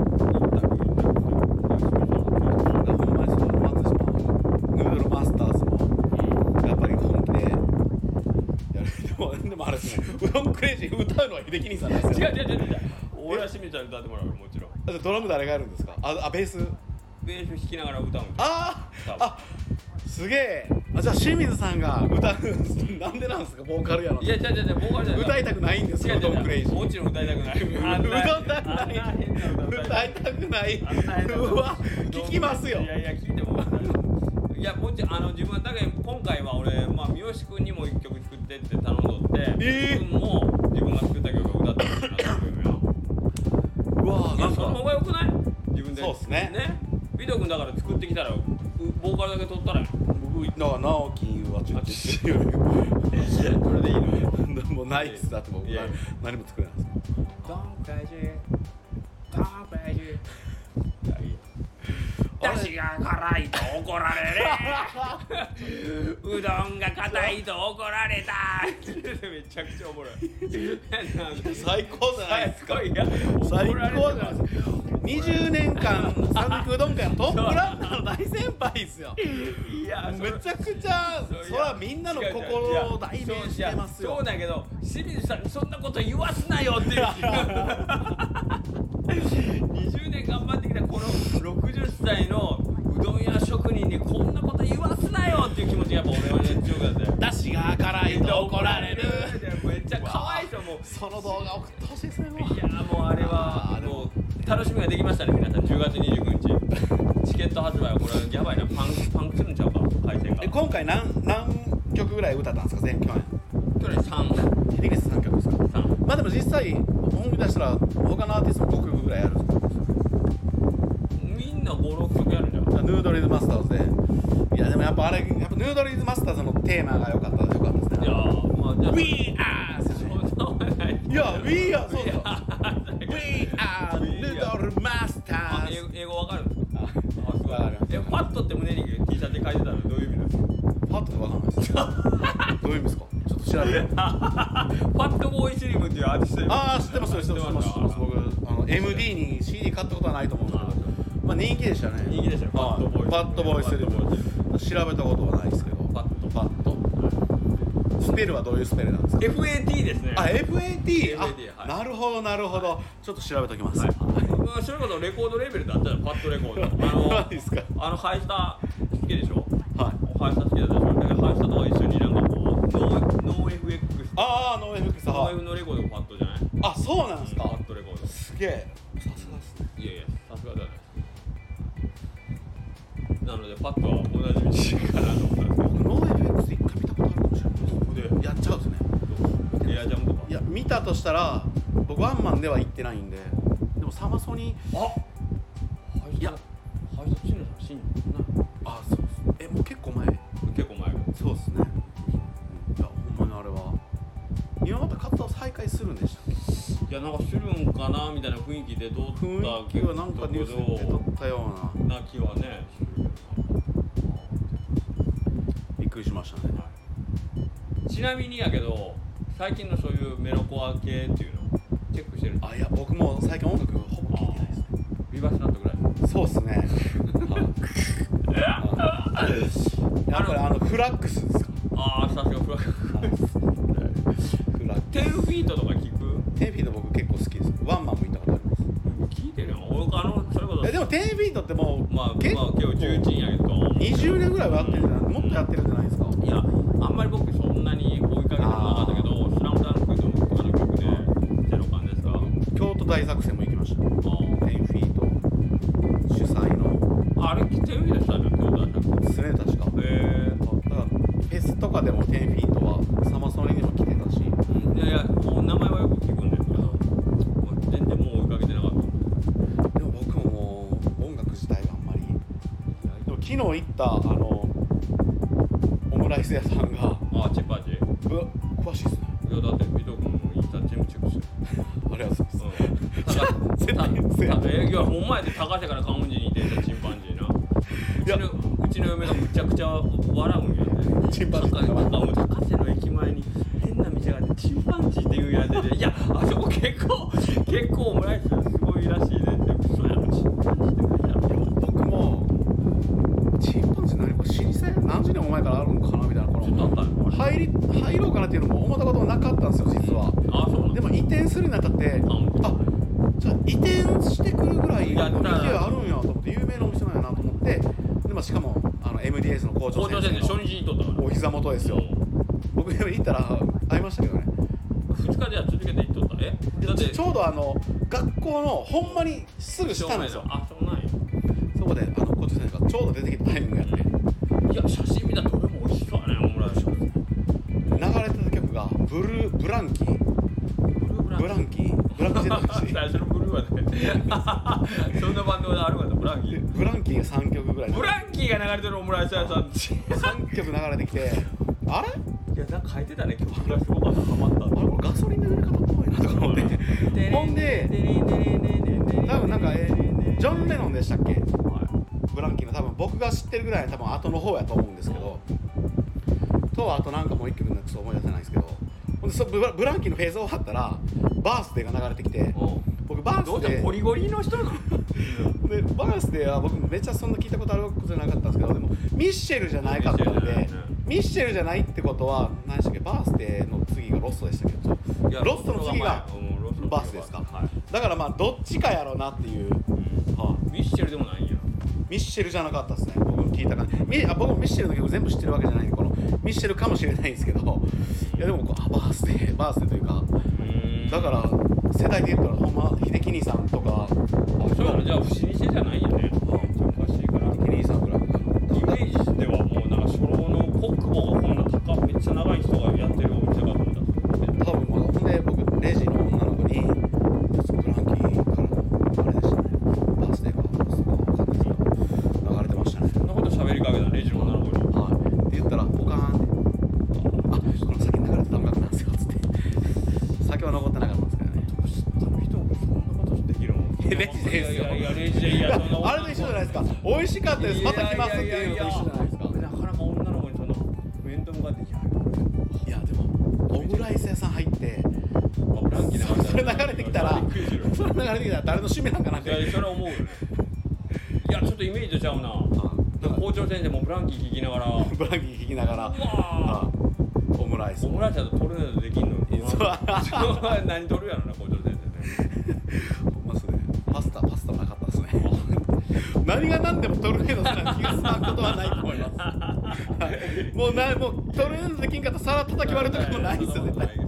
ほんまにその松島ヌードルマスターズもやっぱり本気でやる。でもあれですね、うどんクレイジー歌うのは秀樹兄さんですよ。 違う俺は清水さんに歌ってもらうよ、もちろん。 だってドラム誰がやるんですか？ベース弾きながら歌うんじゃん。 すげえ。じゃあ清水さんが歌うなんでなんですか？ボーカルやの。 いやボーカルじゃない。 歌いたくないんですか？うどんクレイジー。 もちろん歌いたくない。 歌いたくない。歌いたくない。うわ、聞きますよ。 いや聞いても。いやもちろん自分はだけ今回は俺三好君にも一曲作ってって頼んどって、自分も自分が作った曲を歌ってほしいなと思うよ。 うわ、なんかその方が良くない？自分で。 そうですね。 美斗君だから作ってきたらボーカルだけ取ったら。 僕だから直樹はちょっとそれでいいの？もうないっす。だって僕何も作れないです。 だしが辛いと怒られるうどんが硬いと怒られためちゃくちゃおもろい最高じゃないですか。 最高じゃないですか。20年間讃岐うどん界のトップランナーの大先輩ですよ。 いやめちゃくちゃそれはみんなの心を代弁してますよ。 そうだけど清水さんにそんなこと言わすなよっていう20年頑張ってきたこの60歳のうどん屋職人にこんなこと言わすなよっていう気持ちがやっぱ俺はね強かったよ。 だしが辛いと怒られる。 めっちゃ可愛いと思う。 その動画送ってほしいですね。 いやもうあれはもう楽しみができましたね、皆さん。10月29日チケット発売はこれやばいな、パンクするんちゃうか、回線が。 今回何曲ぐらい歌ったんですか？去年 3。 秀樹さん3曲ですか？3。まあでも実際本気出したら他のアーティストも5曲ぐらいやるんですか？ みんな5、6曲やるんじゃん。 ヌードリーズマスターズで。いやでもやっぱヌードリーズマスターズのテーマが良かったですね。 いやまあじゃあ We are いや We are そうそう We are ヌードルマスターズ。 英語ってファットって胸に T シャツで書いてたのどういう意味なんですか？ ファットってわかんないですどういう意味ですか？ちょっと調べてファットボーイスリムっていうアーティストいる。 ああ知ってます知ってます僕MD に CD 買ったことはないと思うんですけどまあ人気でしたね。 人気でしたよ。ファットボーイスリム調べたことはないですけどファットスペルはどういうスペルなんですか？ FAT ですね。 あ FAT はい、 なるほどなるほどちょっと調べときます、 はい、それこそレコードレーベルであったらファットレコード何ですか？ ハイスタ好きでしょ？ はいハイスタ好きだったでしょ？だからハイスタとか一緒になんかこうノー FX ああノー FX ノー F のレコードがファットじゃない？ あそうなんですか？ ファットレコードすげえさすがですね。 いやいやさすがじゃないなのでファットは同じ道かなと思ったんですけどノー FX 一回見たことあるかもしれないでやっちゃうんですね。 エアジャムとかいや見たとしたら僕ワンマンでは行ってないんででもサマソニいやハイスタチームさん死んだあそうですもう結構前そうですねいやほんまにあれは今また活動再開するんでしたっけ？ いやなんかするんかなみたいな雰囲気で撮った雰囲気はなんかニュースで撮ったような気はねびっくりしましたね、 はい、ちなみにやけど最近のそういうメロコア系っていうのをチェックしてる？ いや僕も最近音楽ほぼ聴いてないですね。 ビバスナットぐらいそうっすねやっぱりフラックスですか？ さすがフラックスフラックス 10フィートとか聞く ？10フィート僕結構好きです。ワンマンも行ったことあります。 聞いてるよ俺それこそでも10フィートってもう結構重鎮やけど 20年ぐらいはやってるんじゃない？もっとやってるんじゃないですか？ いやあんまり僕そんなに追いかけてもなかったけどスラムダンクの曲でゼロ感ですが京都大作戦も行きました10フィート主催のあれ10フィートしたんだ京都大作戦ですね確かだからフェスとかでも10フィートはサマソニにも来てたしいや名前はよく聞くんですけど全然もう追いかけてなかったでも僕ももう音楽自体があんまりでも昨日行ったオムライス屋さんがチンパンジー詳しいっすね。 いやだってビト君のインスタ全部チェックしてるありがとうございます絶対いやほんまやで高瀬からカウンジにいてたチンパンジーなうちの嫁がむちゃくちゃ笑うんやでチンパンジー高瀬の駅前に変な店があってチンパンジーって言うんやでいやあそこ結構オムライスすごいらしいでって嘘やろチンパンジーって何やろ僕もチンパンジー何これ老舗何十年も前からあるのかなみたいなこの入ろうかなっていうのも思ったこともなかったんですよ実は。 そうなんでも移転するにあたってじゃあ移転してくるぐらいの店があるんやと思って有名なお店なんやなと思ってで、しかもMDS の校長先生の初日に撮ったからお膝元ですよ。僕行ったら会いましたけどね 2日じゃ続けて行っとっただってちょうど学校のほんまにすぐ下なんですよ。 そうなんやそこで校長先生がちょうど出てきたタイミングやっていや写真見たらどれも美味しそうやねオムライス流れてた曲がブランキージェットタクシー最初のブルーはねそんなバンドがあるかなブランキーが3曲ぐらいブランキーが流れてるオムライス屋さん 3曲流れてきてあれいやなんか書いてたね曲がすごかったハマったあれこれガソリンの入れ方っぽいなとか思ってほんで多分なんかジョン・レノンでしたっけブランキーの多分僕が知ってるぐらいの多分後の方やと思うんですけどあとなんかもう一曲のクソ思い出せないんですけどほんでブランキーのフェーズ終わったらバースデーが流れてきて僕バースデーゴリゴリの人なのでバースデーは僕めっちゃそんな聞いたことあることじゃなかったんですけどでもミッシェルじゃなかったんでミッシェルじゃないってことは何でしたっけバースデーの次がロストでしたけどロストの次がバースデーですか、だからどっちかやろうなっていう、 ミッシェルでもないんやミッシェルじゃなかったですね僕の聞いた感じ僕もミッシェルの曲全部知ってるわけじゃないんでこのミッシェルかもしれないんですけどいやでもバースデーというかだから世代で言ったらほんま秀樹兄さんとかそうなのじゃあ不思議性じゃないんやね昔から秀樹兄さんぐらいイメージではもうなんか初老の国母がこんなめっちゃ長い人がやってるお店かと思ったんです多分ほんで僕レジの女の子にブランキーからのあれでしたねバースデーかそうか分かんないですけど流れてましたねそんなこと喋りかけたレジの女の子にって言ったらポカーンってこの先に流れてた音楽なんですよつって先は残ってなかったんですけどね人がそんなことできるのレジですよいやレジでいやそんなあれと一緒じゃない美味しかったですまた来ますっていうのと一緒じゃないですか。 なかなか女の子にその面と向かっていやでもオムライス屋さん入ってブランキーそれ流れてきたら誰の趣味なんかなって。 いやそれは思うよね。いやちょっとイメージとちゃうな。校長先生もブランキー聞きながらオムライスだとトルネードできんのに何取るやろな校長先生ね。 ほんまっすね。パスタもなかったですね。何が何でもトルネードすら気が済まんことはないと思います。もうトルネードできんかったら皿叩き割るとかもないですよ絶対。 いや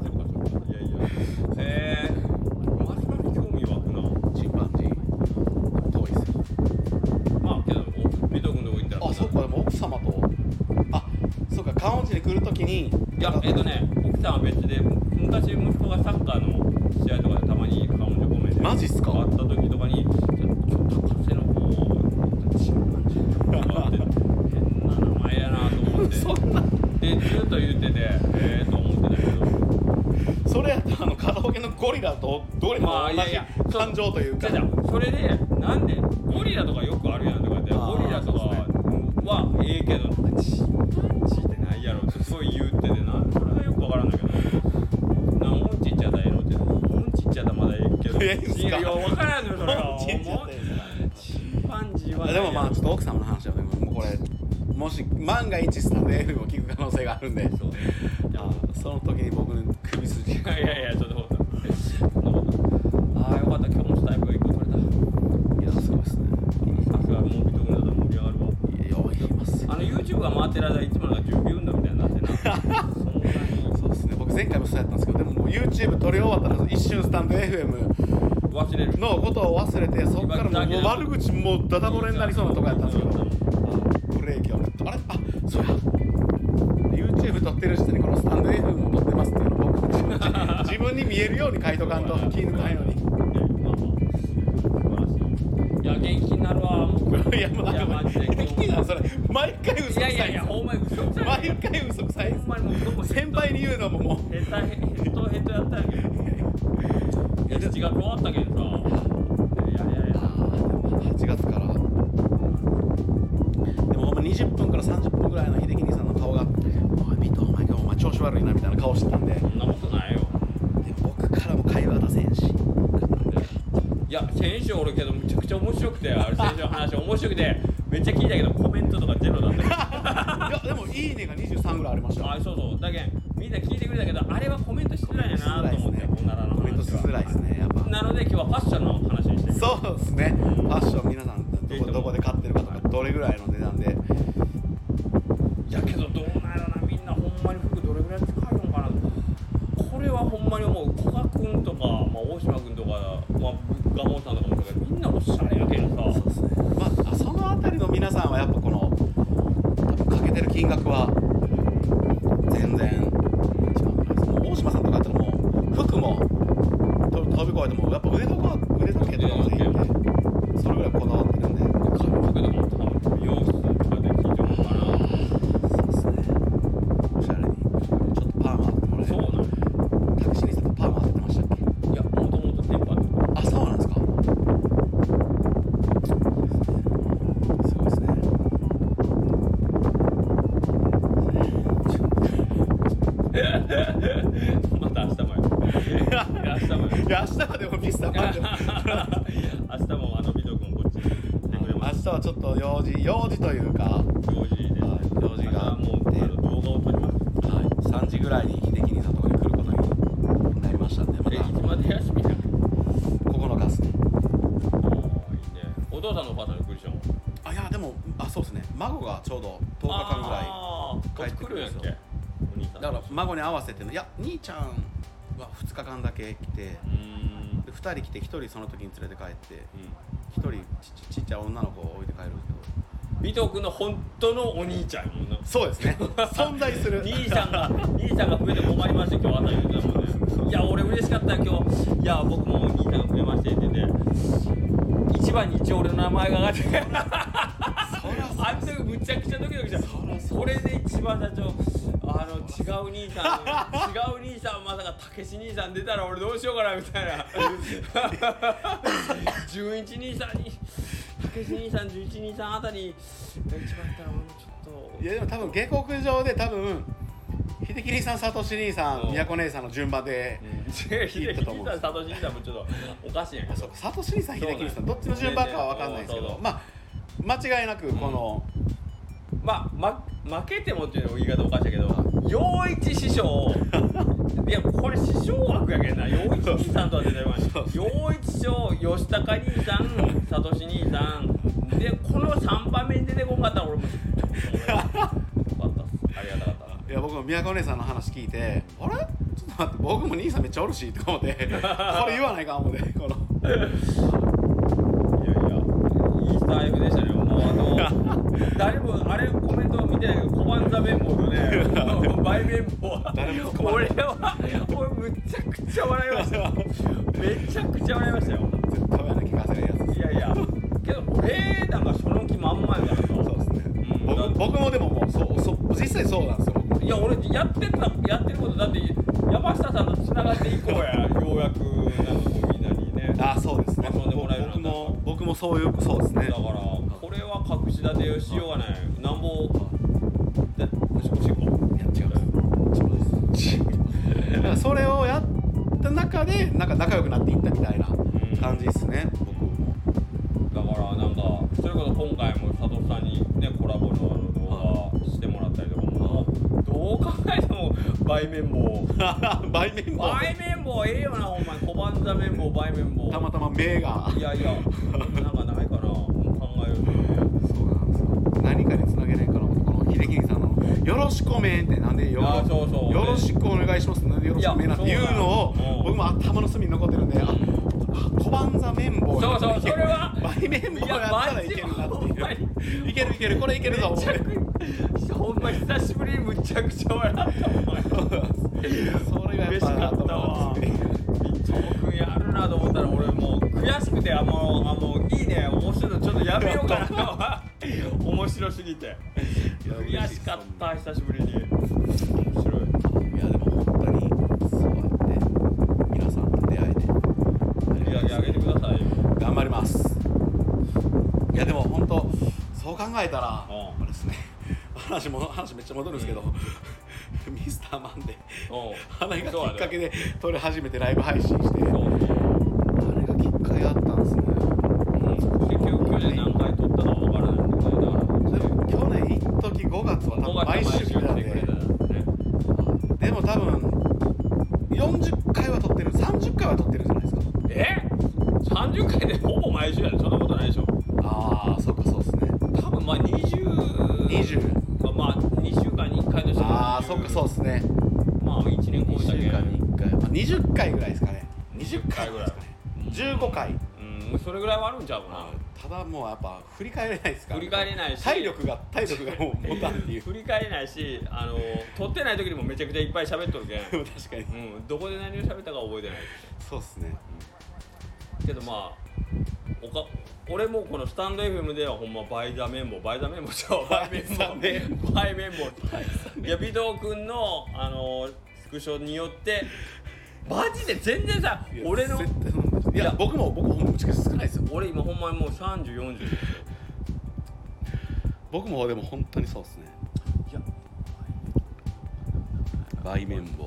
ますます興味湧くな。 チンパンジー遠いですよ。 まあけどビト君のとこ行ったらそうかでも奥様とそうか観音寺に来るときにいや奥さんは別で昔息子がサッカーの試合とかでたまに観音寺ごめんねマジっすか会った時とかに高瀬の方チンパンジーとかって変な名前やなと思ってそんなでずっと言っててと思ってたけどそれやったらカラオケのゴリラとどれも同じ感情というかそれでなんでゴリラとかよくあるやんとかってゴリラとかはええけどチンパンジーってないやろってすごい言っててなそれがよくわからんだけどなもんちっちゃだええのってもんちっちゃだまだええけどいやわからんのよそれはチンパンジーはでもまあちょっと奥様の話はねもうこれもし万が一スタンド FM を聞く可能性があるんでその時に僕の首筋いやちょっとよかった今日もスタイルが1個取れた。 いやすごいですね。 さすがもうビト君だと盛り上がるわ。 います。 YouTube が回ってる間いつもなんか準備運動みたいになってな。 そうですね。僕前回もそうやったんですけどでももう YouTube 撮り終わったら一瞬スタンド FM 忘れるのことを忘れてそこからもう悪口もうダダ漏れになりそうなとこやったんですけどブレーキをあれそうや YouTube 撮ってる人にこのスタンド FM を撮ってますっていうのを僕自分に見えるように書いとかんと気抜かないのにいや元気になるわいやもうなんかマジで元気になるそれ毎回嘘くさいいやほんまに嘘くさい毎回嘘くさいほんまにもう先輩に言うのももうヘトやったんやけど7月終わったけどさいや 8月からでもほんま20分から30分ぐらいの秀樹兄さんの顔が「おいビトお前今日お前調子悪いな」みたいな顔してたんでそんなことないよで僕からも会話出せんしいや先週俺けどめちゃくちゃ面白くて先週の話面白くてめっちゃ聞いたけどコメントとかゼロだったけどいやでもいいねが23ぐらいありましたそうだけんみんな聞いてくれたけどあれはコメントしづらいやなと思ってコメントしづらいですねやっぱなので今日はファッションの話にしてそうですねファッション皆さんどこで買ってるかとかどれぐらいの値段でいやけどどうなんやろなみんなほんまに服どれぐらい使うのかなこれはほんまに思う古賀君とか、大島君とか、ガモンさんとかもそうだけどみんなおしゃれやけどさそうですねそのあたりの皆さんはやっぱこの多分かけてる金額は全然違うもう大島さんとかだったらもう服も飛び越えてもやっぱ腕時計とかまでいいんでそれぐらいこだわってるんで髪の毛とかも多分美容室とかで聞いてもらうかなそうですねおしゃれにちょっとパーマ当ててもらえるそうなのタクシーにさんとパーマ当ててましたっけいやもともとテンパであそうなんですかすごいですねまた明日もやいや明日までもミスターパンで明日もビト君こっちに来てくれます明日はちょっと用事というか用事です用事がもう動画を撮ります 3時ぐらいに秀樹兄さんのところに来ることになりましたんでまたいつまで休みなの 9日っすねいいねお父さんのお母さんに来るでしょいやでもそうですね孫がちょうど10日間ぐらい帰ってくるんですよ来るんやっけお兄さんだから孫に合わせていや兄ちゃんは2日間だけ来てで2人来て1人その時に連れて帰って1人ちっちゃい女の子を置いて帰るんですけどビト君の本当のお兄ちゃんやもんなそうですね存在する兄さんが増えて困りまして今日朝言ってたもんねいや俺嬉しかったよ今日いや僕も兄さんが増えましてって言って一番に一応俺の名前が上がってあん時むちゃくちゃドキドキしたこれで一番社長違う兄さんまさかたけし兄さん出たら俺どうしようかなみたいな純一兄さんにたけし兄さん11兄さんあたりが一番やったら俺もちょっといやでも多分下克上で多分秀樹兄さん、サトシ兄さん、宮古姉さんの順番で秀樹兄さん、サトシ兄さんもちょっとおかしいやんけど、 サトシ兄さん、秀樹兄さんどっちの順番かは分かんないですけど、まあ間違いなくこの、 負けてもっていうのも言い方おかしいけど、陽一師匠いやこれ師匠枠やけんな、陽一兄さんとは出てるわね。陽一師匠、吉高兄さん、サトシ兄さんで、この3番目に出てこんかったら俺もよかったっす、ありがたかった。 いや僕も宮古姉さんの話聞いて、あれちょっと待って、僕も兄さんめっちゃおるしって思ってこれ言わないかん思って、このいやいやいいスタイルでしたね。もう誰もあれコメントを見てないけど、小判ザ綿棒とね売綿棒は俺むちゃくちゃ笑いましたよめちゃくちゃ笑いましたよ。 絶対親の聞かせないやつ。 いやいやけどなんかその気満々やからさ。 そうですね、僕もでももう実際そうなんですよ。 いや俺やってることだって山下さんとつながっていこうや、ようやくなんかこうみんなにね。 あ、そうですね。 遊んでもらえるようになった。 僕もそうですね。 だからこれは隠し立てしようがない。なんぼでおしっこいや違うです。だからそれをやった中でなんか仲良くなっていったみたいな感じですね。僕も。 だからなんかそれこそ今回も佐藤さんにねコラボの動画してもらったりとかも、どう考えても売綿棒売綿棒ええよなほんまに。小判ザ綿棒売綿棒たまたま目がいやなんかないかな、考えようと。 そうなんですよ。何かにつなげないから、この秀樹さんのよろしくおめんってなんでよろしくお願いしますなんでよろしくおめんなっていうのを僕も頭の隅に残ってるんで、小判ザ綿棒そうそれは売綿棒やったらいけるなっていういけるこれいけるぞ思ってほんま久しぶりにむちゃくちゃ笑ったお前それがやっぱなと思って伊藤君やるなと思ったら俺もう悔しくていいね面白いちょっとやめようかな面白すぎて悔しかった久しぶりに面白い。 いやでも本当にそうやって皆さんと出会えて売り上げ上げてくださいよ。 頑張ります。いやでも本当そう考えたらあれですね、話めっちゃ戻るんですけど、ミスターマンであれがきっかけで撮り始めてライブ配信して、あれがきっかけだったんですね。 結局去年何回撮ったかわからないんだけど、だから去年一時5月は多分毎週来たんで、でも多分40回は撮ってる、30回は撮ってるじゃないですか。 30回でほぼ毎週やで、そんなことないでしょ。 ああ、そうか、そうですね。 多分まあ20まあ2週間に1回としてああ、そうか、そうですね。 まあ1年超えたけ 2週間に1回、まあ、20回ぐらいですかね。 20回ぐらいですかね。15回。 それぐらいはあるんちゃうかな。 ただもうやっぱ振り返れないですから、 振り返れないし体力がもう持たんっていう振り返れないし、撮ってない時にもめちゃくちゃいっぱい喋っとるけん確かに、 どこで何を喋ったか覚えてない。 そうっすね。 けどまあ俺もこのスタンド FM ではほんまバイザ綿棒いや尾藤君のスクショによってマジで全然さ、俺のいや僕ほんま打ち消し少ないですよ。 俺今ほんまにもう30、40ですよ。 僕もでも本当にそうっすね。 いや売綿棒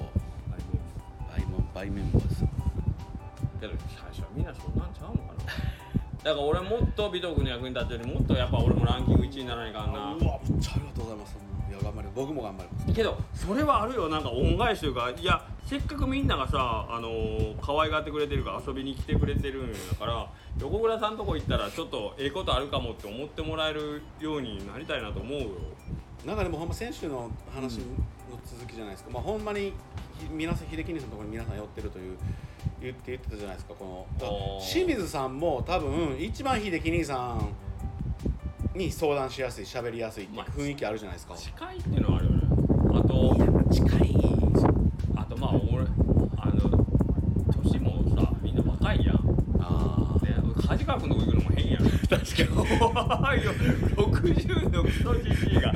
ですよ。 けど最初はみんなそんなんちゃうのかな。だから俺もっと尾藤君の役に立ってるよりもっとやっぱ俺もランキング1位にならないかんな。 うわ、めっちゃありがとうございます。いや頑張る、僕も頑張りますけどそれはあるよ、なんか恩返しというか、いやせっかくみんながさ可愛がってくれてるから遊びに来てくれてるんだから、横倉さんとこ行ったらちょっとええことあるかもって思ってもらえるようになりたいなと思うよ。 なんかでもほんま先週の話の続きじゃないですか。まあほんまに皆さん秀樹兄さんのところに皆さん寄ってるという言ってたじゃないですか。この清水さんも多分一番秀樹兄さんに相談しやすい、喋りやすいって雰囲気あるじゃないですか。 近いっていうのはあるよね。あと近い。 あとまあ俺年もさみんな若いやん。梶川君のとこ行くのも変やん。 確かに。 60のクソじじいが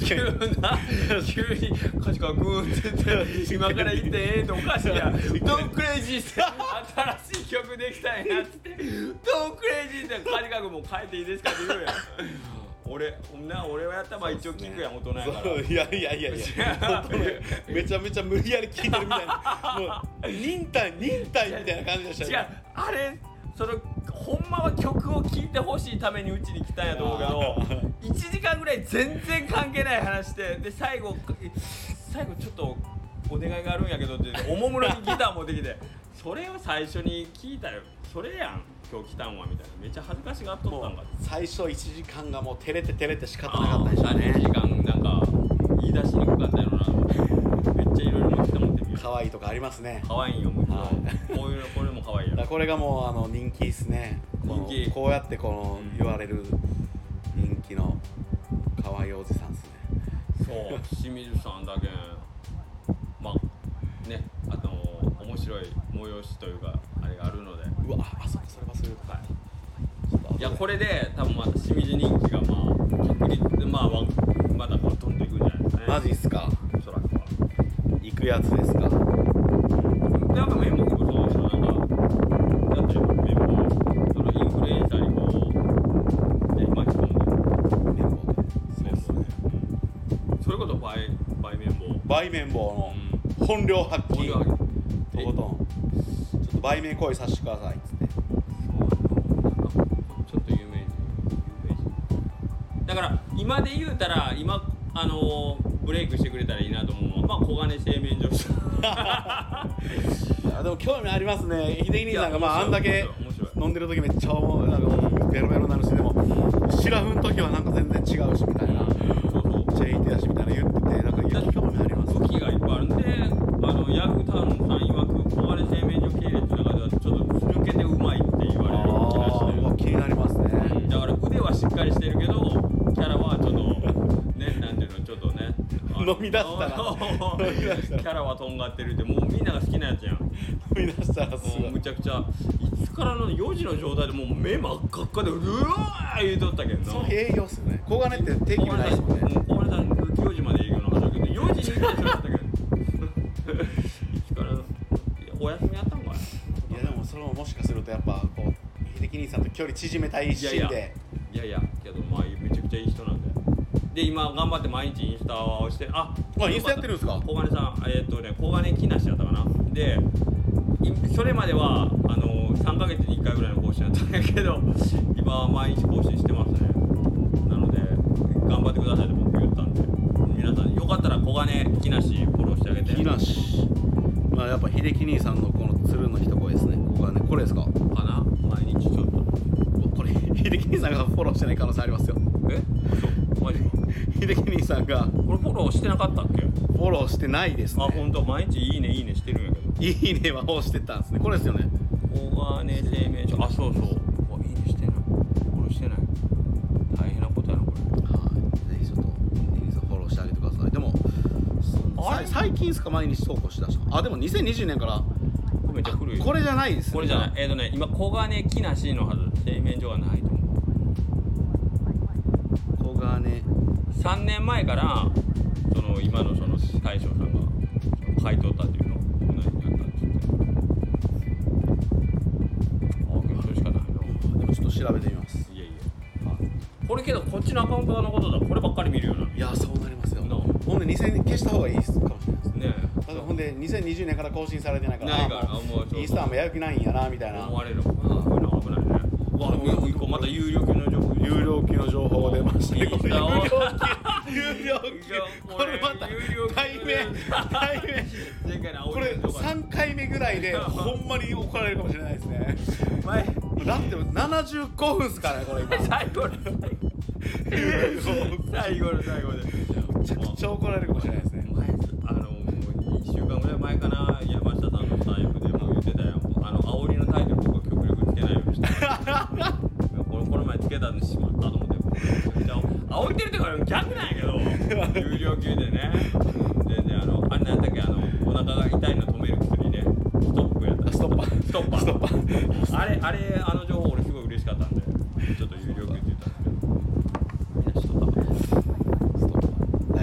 急にカチカグーって言って今から行ってええとおかしいやんドンクレイジーって新しい曲できたんやなってドンクレイジーってカチカグもう変えていいですかって言うやん俺はやったら一応聞くやん大人やからいやめちゃめちゃ無理やり聞いてるみたいなもう忍耐みたいな感じでした違うあれほんまは曲を聴いてほしいためにうちに来たんやと思うけど1時間ぐらい全然関係ない話で最後ちょっとお願いがあるんやけどっておもむろにギター持ってきてそれを最初に聞いたよそれやん今日来たんはみたいなめっちゃ恥ずかしがっとったんか最初1時間がもう照れて仕方なかったでしょうね 1時間なんか言い出しにくかったやろなめっちゃいろいろ持ってきた持ってみる可愛いとかありますね可愛いよもちろんこれも可愛いやろこれがもう人気ですね人気こうやって言われる人気の可愛いおじさんですねそう清水さんだけまあね面白い催しというかあれがあるのでうわそれはそれとかいやこれで多分また清水人気が確率でまだどんどんいくんじゃないですかねマジっすかおそらくは行くやつですかなんか綿棒もそうでしょなんかやったよ綿棒インフルエンサーにこうで巻き込んで綿棒そうっすねそれこそバイ綿棒の本領発揮とことんちょっと売名行為させてくださいっつってちょっと有名人だから今で言うたらブレイクしてくれたらいいなと思うのは小金製麺所でも興味ありますね秀樹兄さんがあんだけ飲んでる時めっちゃなんかベロベロになるしでもシラフの時はなんか全然違うしみたいなチェイテだしみたいな言っててなんか興味あります武器がいっぱいあるんでヤフータウンさん曰く小金製麺所系列の中ではちょっと抜けてうまいって言われる気になりますねだから腕はしっかりしてるけどキャラはちょっとねなんていうのちょっとね飲み出したらキャラはとんがってるってもうみんなが好きなやつやん飲み出したらすごいむちゃくちゃいつからの4時の状態でもう目真っ赤っかでうわー言うとったけどなそう営業っすよね小金って定期日ないっすもんね小金さん4時まで営業のはずだけど4時に行ってしまったけどいつからお休みやったんかいやでもそれももしかするとやっぱ秀樹兄さんと距離縮めたい一心でいやけどめちゃくちゃいい人なんでで今頑張って毎日インスタをしてインスタやってるんですか小金さん小金木梨やったかなでそれまでは3ヶ月に1回ぐらいの更新やったんやけど今は毎日更新してますねなので頑張ってくださいって僕言ったんで皆さんよかったら小金木梨フォローしてあげて木梨やっぱ秀樹兄さんのこの鶴の一声ですねこれですかかな毎日ちょっとこれ秀樹兄さんがフォローしてない可能性ありますよマジか秀樹兄さんがこれフォローしてなかったっけフォローしてないですね本当毎日いいねしてるんやけどいいねは押してたんですねこれですよね小金製麺所そういいねしてないフォローしてない大変なことやなこれぜひちょっと秀樹さんフォローしてあげてくださいでも最近ですか毎日投稿しだしたでも2020年からめっちゃ古いこれじゃないですねこれじゃない今小金木梨のはず製麺所がないと思う小金 3年前から今の大将さんが買い取ったっていうのを同じにやったんですってそれしかないなでもちょっと調べてみますいえこれけどこっちのアカウントのことだこればっかり見るよないやそうなりますよほんで2000消した方がいいかもしれないですねだからほんで2020年から更新されてないからもうインスタもやる気ないんやなみたいな思われるこういうの危ないねまた有料級の情報有料級の情報出ましたね有料級これまた対面これ3回目ぐらいでほんまに怒られるかもしれないですねだって75分っすからねこれ今最後の最後でめちゃくちゃ怒られるかもしれないですね 2週間ぐらい前かな山下さんのスタイフでも言ってたよ煽りのタイトル僕は極力つけないようにしてこの前つけたんでしまったと思って煽ってるってから逆なんやけど有料級でね全然あんなんやったっけお腹が痛いの止める薬ねストップやったストッパーあれ情報俺すごい嬉しかったんでちょっと有料級って言ったんですけどみんな知っとったストッパー大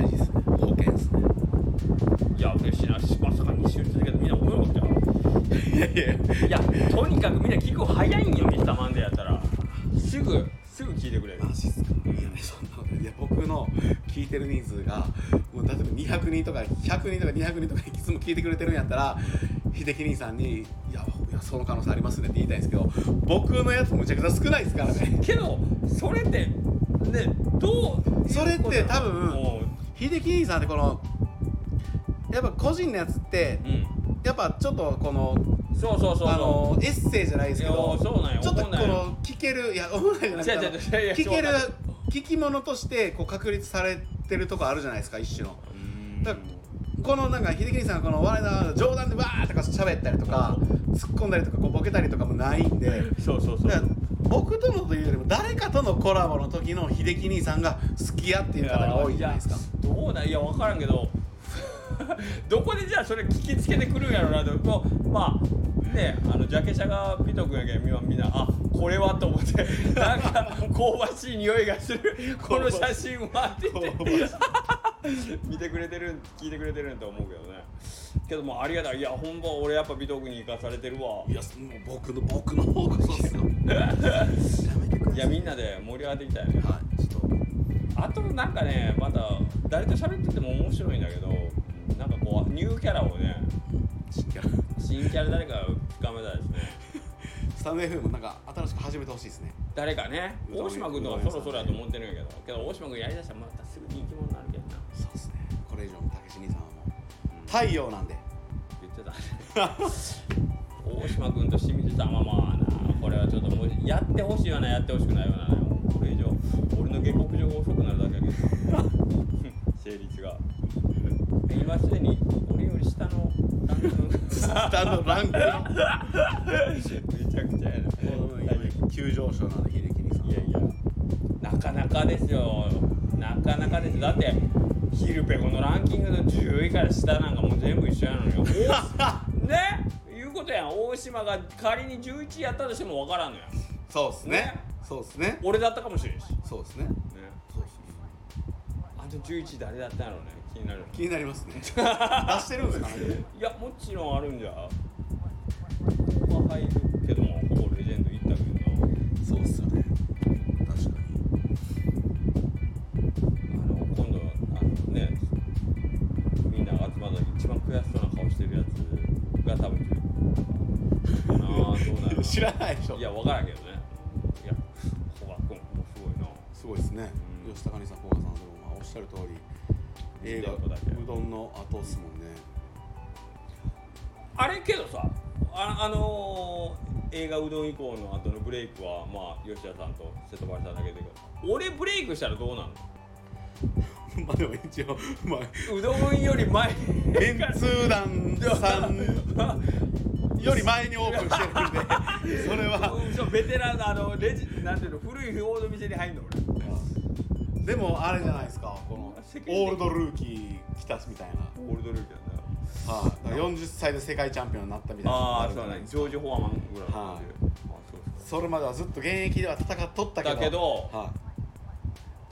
いやとにかくみんな聞く早いんよミスターマンデーやったらすぐ聞いてくれる。 マジっすか。いやそんなこといや僕の聞いてる人数がもう例えば200人とか100人とか200人とかいつも聞いてくれてるんやったら秀樹兄さんにいやその可能性ありますねって言いたいんですけど僕のやつむちゃくちゃ少ないですからね。 けどそれってねどうそれって多分秀樹兄さんってこのやっぱ個人のやつって、やっぱちょっとこのエッセイじゃないですけどちょっとこの聞けるいや思わないじゃないですか聞ける聞き物としてこう確立されてるとこあるじゃないですか一種の。だからこのなんか秀樹さんがこの我々の冗談でわーとか喋ったりとか突っ込んだりとかこうボケたりとかもないんで僕とのというよりも誰かとのコラボの時の秀樹兄さんが好きやっていう方が多いじゃないですか。 どうだいや分からんけどどこでじゃあそれ聞きつけてくるんやろなとまあねジャケ写がピト君やけんみんなあこれはと思ってなんか香ばしい匂いがするこの写真はって言って見てくれてる聞いてくれてるんと思うけどね。けどもうありがたい。いや本番俺やっぱ美徳に生かされてるわ。 いや僕の方こそっすよやめてください。 いやみんなで盛り上がっていきたいね。 はいちょっとあとなんかねまた誰と喋ってても面白いんだけどなんかこうニューキャラをね新キャラ誰か深めたいですね。 スタンド FM なんか新しく始めてほしいですね。 誰かね大島君とかそろそろやと思ってるんやけど大島君やりだしたらまたすぐ人気者になるけどな。 そうですね。これ以上のたけし兄さんはもう太陽なんで言ってた大島君と清水さんはまあなこれはちょっともうやってほしいわなやってほしくないわなこれ以上俺の下克上が遅くなるだけやけど成立が今すでに俺より下のランクめちゃくちゃやな急上昇なんで秀樹兄さん。 いやなかなかですよなかなかです。だってヒルペコのランキングの10位から下なんかもう全部一緒やのよねいうことやん。大島が仮に11位やったとしても分からんのや。 そうっすねそうっすね。 俺だったかもしれんしそうっすねそうっすね。 あと11位誰だったんやろうね気になりますね出してるんですかねいやもちろんあるんじゃここは入るけどもほぼレジェンドいったけどな。 そうっすよね確かに。 今度ねみんなが集まった一番悔しそうな顔してるやつが多分どうなる知らないでしょ。 いや分からんけどね。いや古賀君もすごいな。 すごいですね、吉高兄さん古賀さんでもおっしゃる通り映画うどんの後っすもんね。 あれけどさ映画うどん以降の後のブレイクはまあ吉田さんと瀬戸原さんだけだけど俺ブレイクしたらどうなのまあでも一応まあうどんより前メンツー団さんより前にオープンしてるんでそれはそうベテランのレジなんていうの古い大の店に入んの俺。 でもあれじゃないですかこのオールドルーキー来たみたいな。 オールドルーキーなんだよ。 はい、40歳で世界チャンピオンになったみたいな。 ああそうねジョージ・フォアマンぐらい。はい。 それまではずっと現役では戦っとったけど、はい、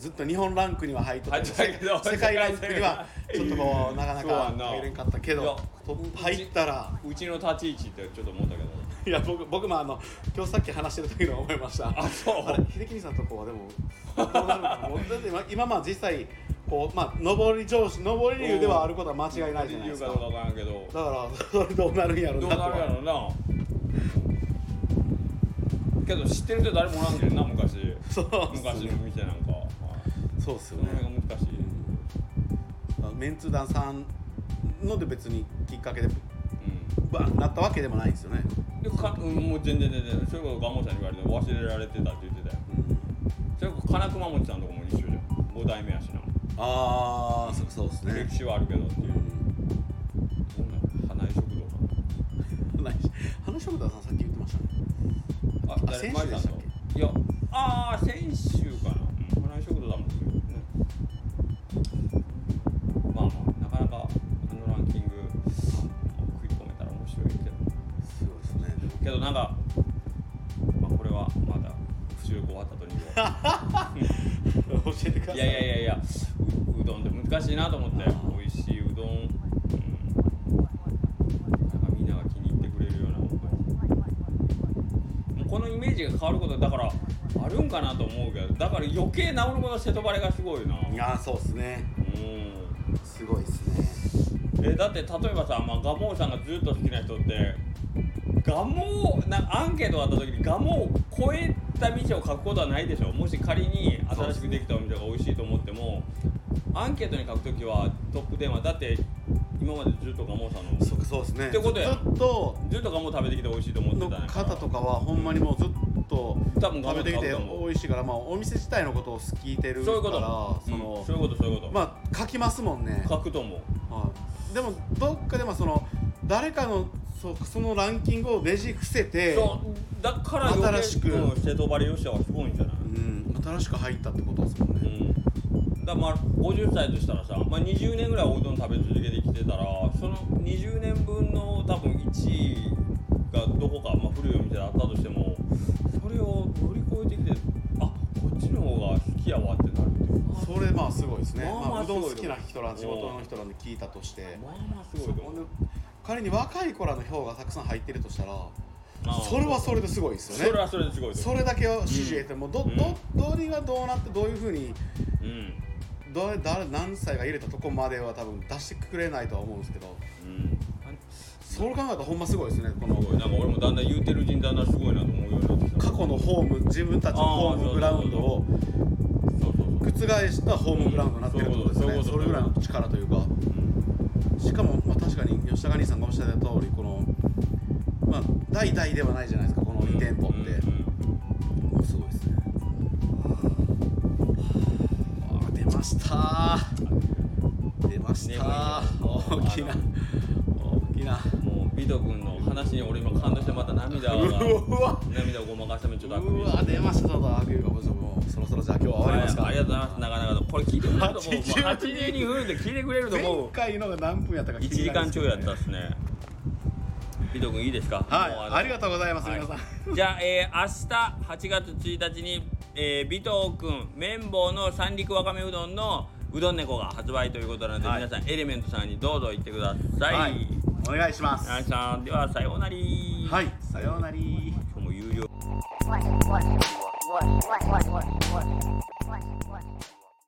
ずっと日本ランクには入っとったけど世界ランクにはちょっとこうなかなか入れんかったけど入ったらうちの立ち位置ってちょっと思ったけどいや僕も今日さっき話してる時の思いました。 あそうあれ秀樹さんとこはでもどうなるのかだって今まあ実際こうまあ上り流ではあることは間違いないじゃないですか。 理由かどうかわからんけどだからそれどうなるんやろうなと。 どうなるやろうな。けど知ってる人誰もおらんけんな昔。そう昔の店なんか。 そうっすよね。 それが難しい。 メンツ団さんので別にきっかけでバーンなったわけでもないんですよね。 もう全然それこそガモさんに言われて忘れられてたって言ってたよ。それこそ金熊餅さんとこも一緒じゃん。5代目やしな。 ああそうですね。 歴史はあるけどっていう。花井食堂か。 花井食堂さんさっき言ってましたね。あ先週でしたっけ？ いや先週かな。花井食堂だもんね。まあなかなかランキング食い込めたら面白いけど。 そうですね。 けどなんかまあこれはまだ収録終わった後に教えてください。 いやうどんって難しいなと思って美味しいうどん、なんかみんなが気に入ってくれるようなジが変わることだからあるんかなと思うけど、だから余計治るもの瀬戸バレがすごいな。 いやそうっすね、すごいっすね。 だって例えばさ、まあ、ガモーさんがずっと好きな人ってガモーなんかアンケートがあった時にガモを超えた店を書くことはないでしょ。もし仮に新しくできたお店が美味しいと思っても、アンケートに書くときはトップ10はだって今までずっとガモーさんのそうですね。 ってことやずっとガモー食べてきて美味しいと思ってたんやの方とかはほんまにもうずっと多分食べてきて美味しいから、まあお店自体のことを聞いてるから、 そういうことまあ書きますもんね。 書くと思う。 でもどっかでもその誰かのそのランキングをねじ伏せて、 そうだから新しく瀬戸バレ吉田はすごいんじゃない？ 新しく入ったってことですもんね。 だからまあ50歳としたらさ、まあ、20年ぐらいおうどん食べ続けてきてたら、その20年分の多分1位がどこか、まあ、古いお店だったとしても、それを乗り越えてきて、あ、こっちの方が好きやわってなるっていう。 それまあすごいですね。 まあうどん好きな人ら地元の人らに聞いたとして、 まあすごいと思う。 仮に若い子らの票がたくさん入ってるとしたら、それはそれですごいですよね。 それはそれですごい。 それだけを支持得ても、どれがどうなってどういうふうに、何歳が入れたとこまでは多分出してくれないとは思うんですけど、そう考えたらほんますごいですね。このなんか俺もだんだん言うてるうちにだんだんすごいなと思うようになってきた。 過去の自分たちのホームグラウンドを覆したホームグラウンドになってるってことですね。それぐらいの力というか、しかもまあ確かに吉高兄さんがおっしゃった通り、このまあ代々ではないじゃないですか、この2店舗って。もうすごいですね。出ました大きなもうビト君の話に俺今感動してまた涙をごまかしためちょっとあくびして。 出ましたもうそろそろじゃあ今日は終わりますか。 ありがとうございます。なかなかこれ聞いてくれると思う。82分で聞いてくれると思う。 前回のが何分やったか 1時間ちょいやったっすね。ビト君いいですか？ はい、ありがとうございます、皆さん。 じゃあ、明日8月1日に、ビト君綿棒の三陸わかめうどんのうどん猫が発売ということなので、皆さんエレメントさんにどうぞ行ってください。 お願いします。 ではさようなり。 はい、さようなり。 今日も有料。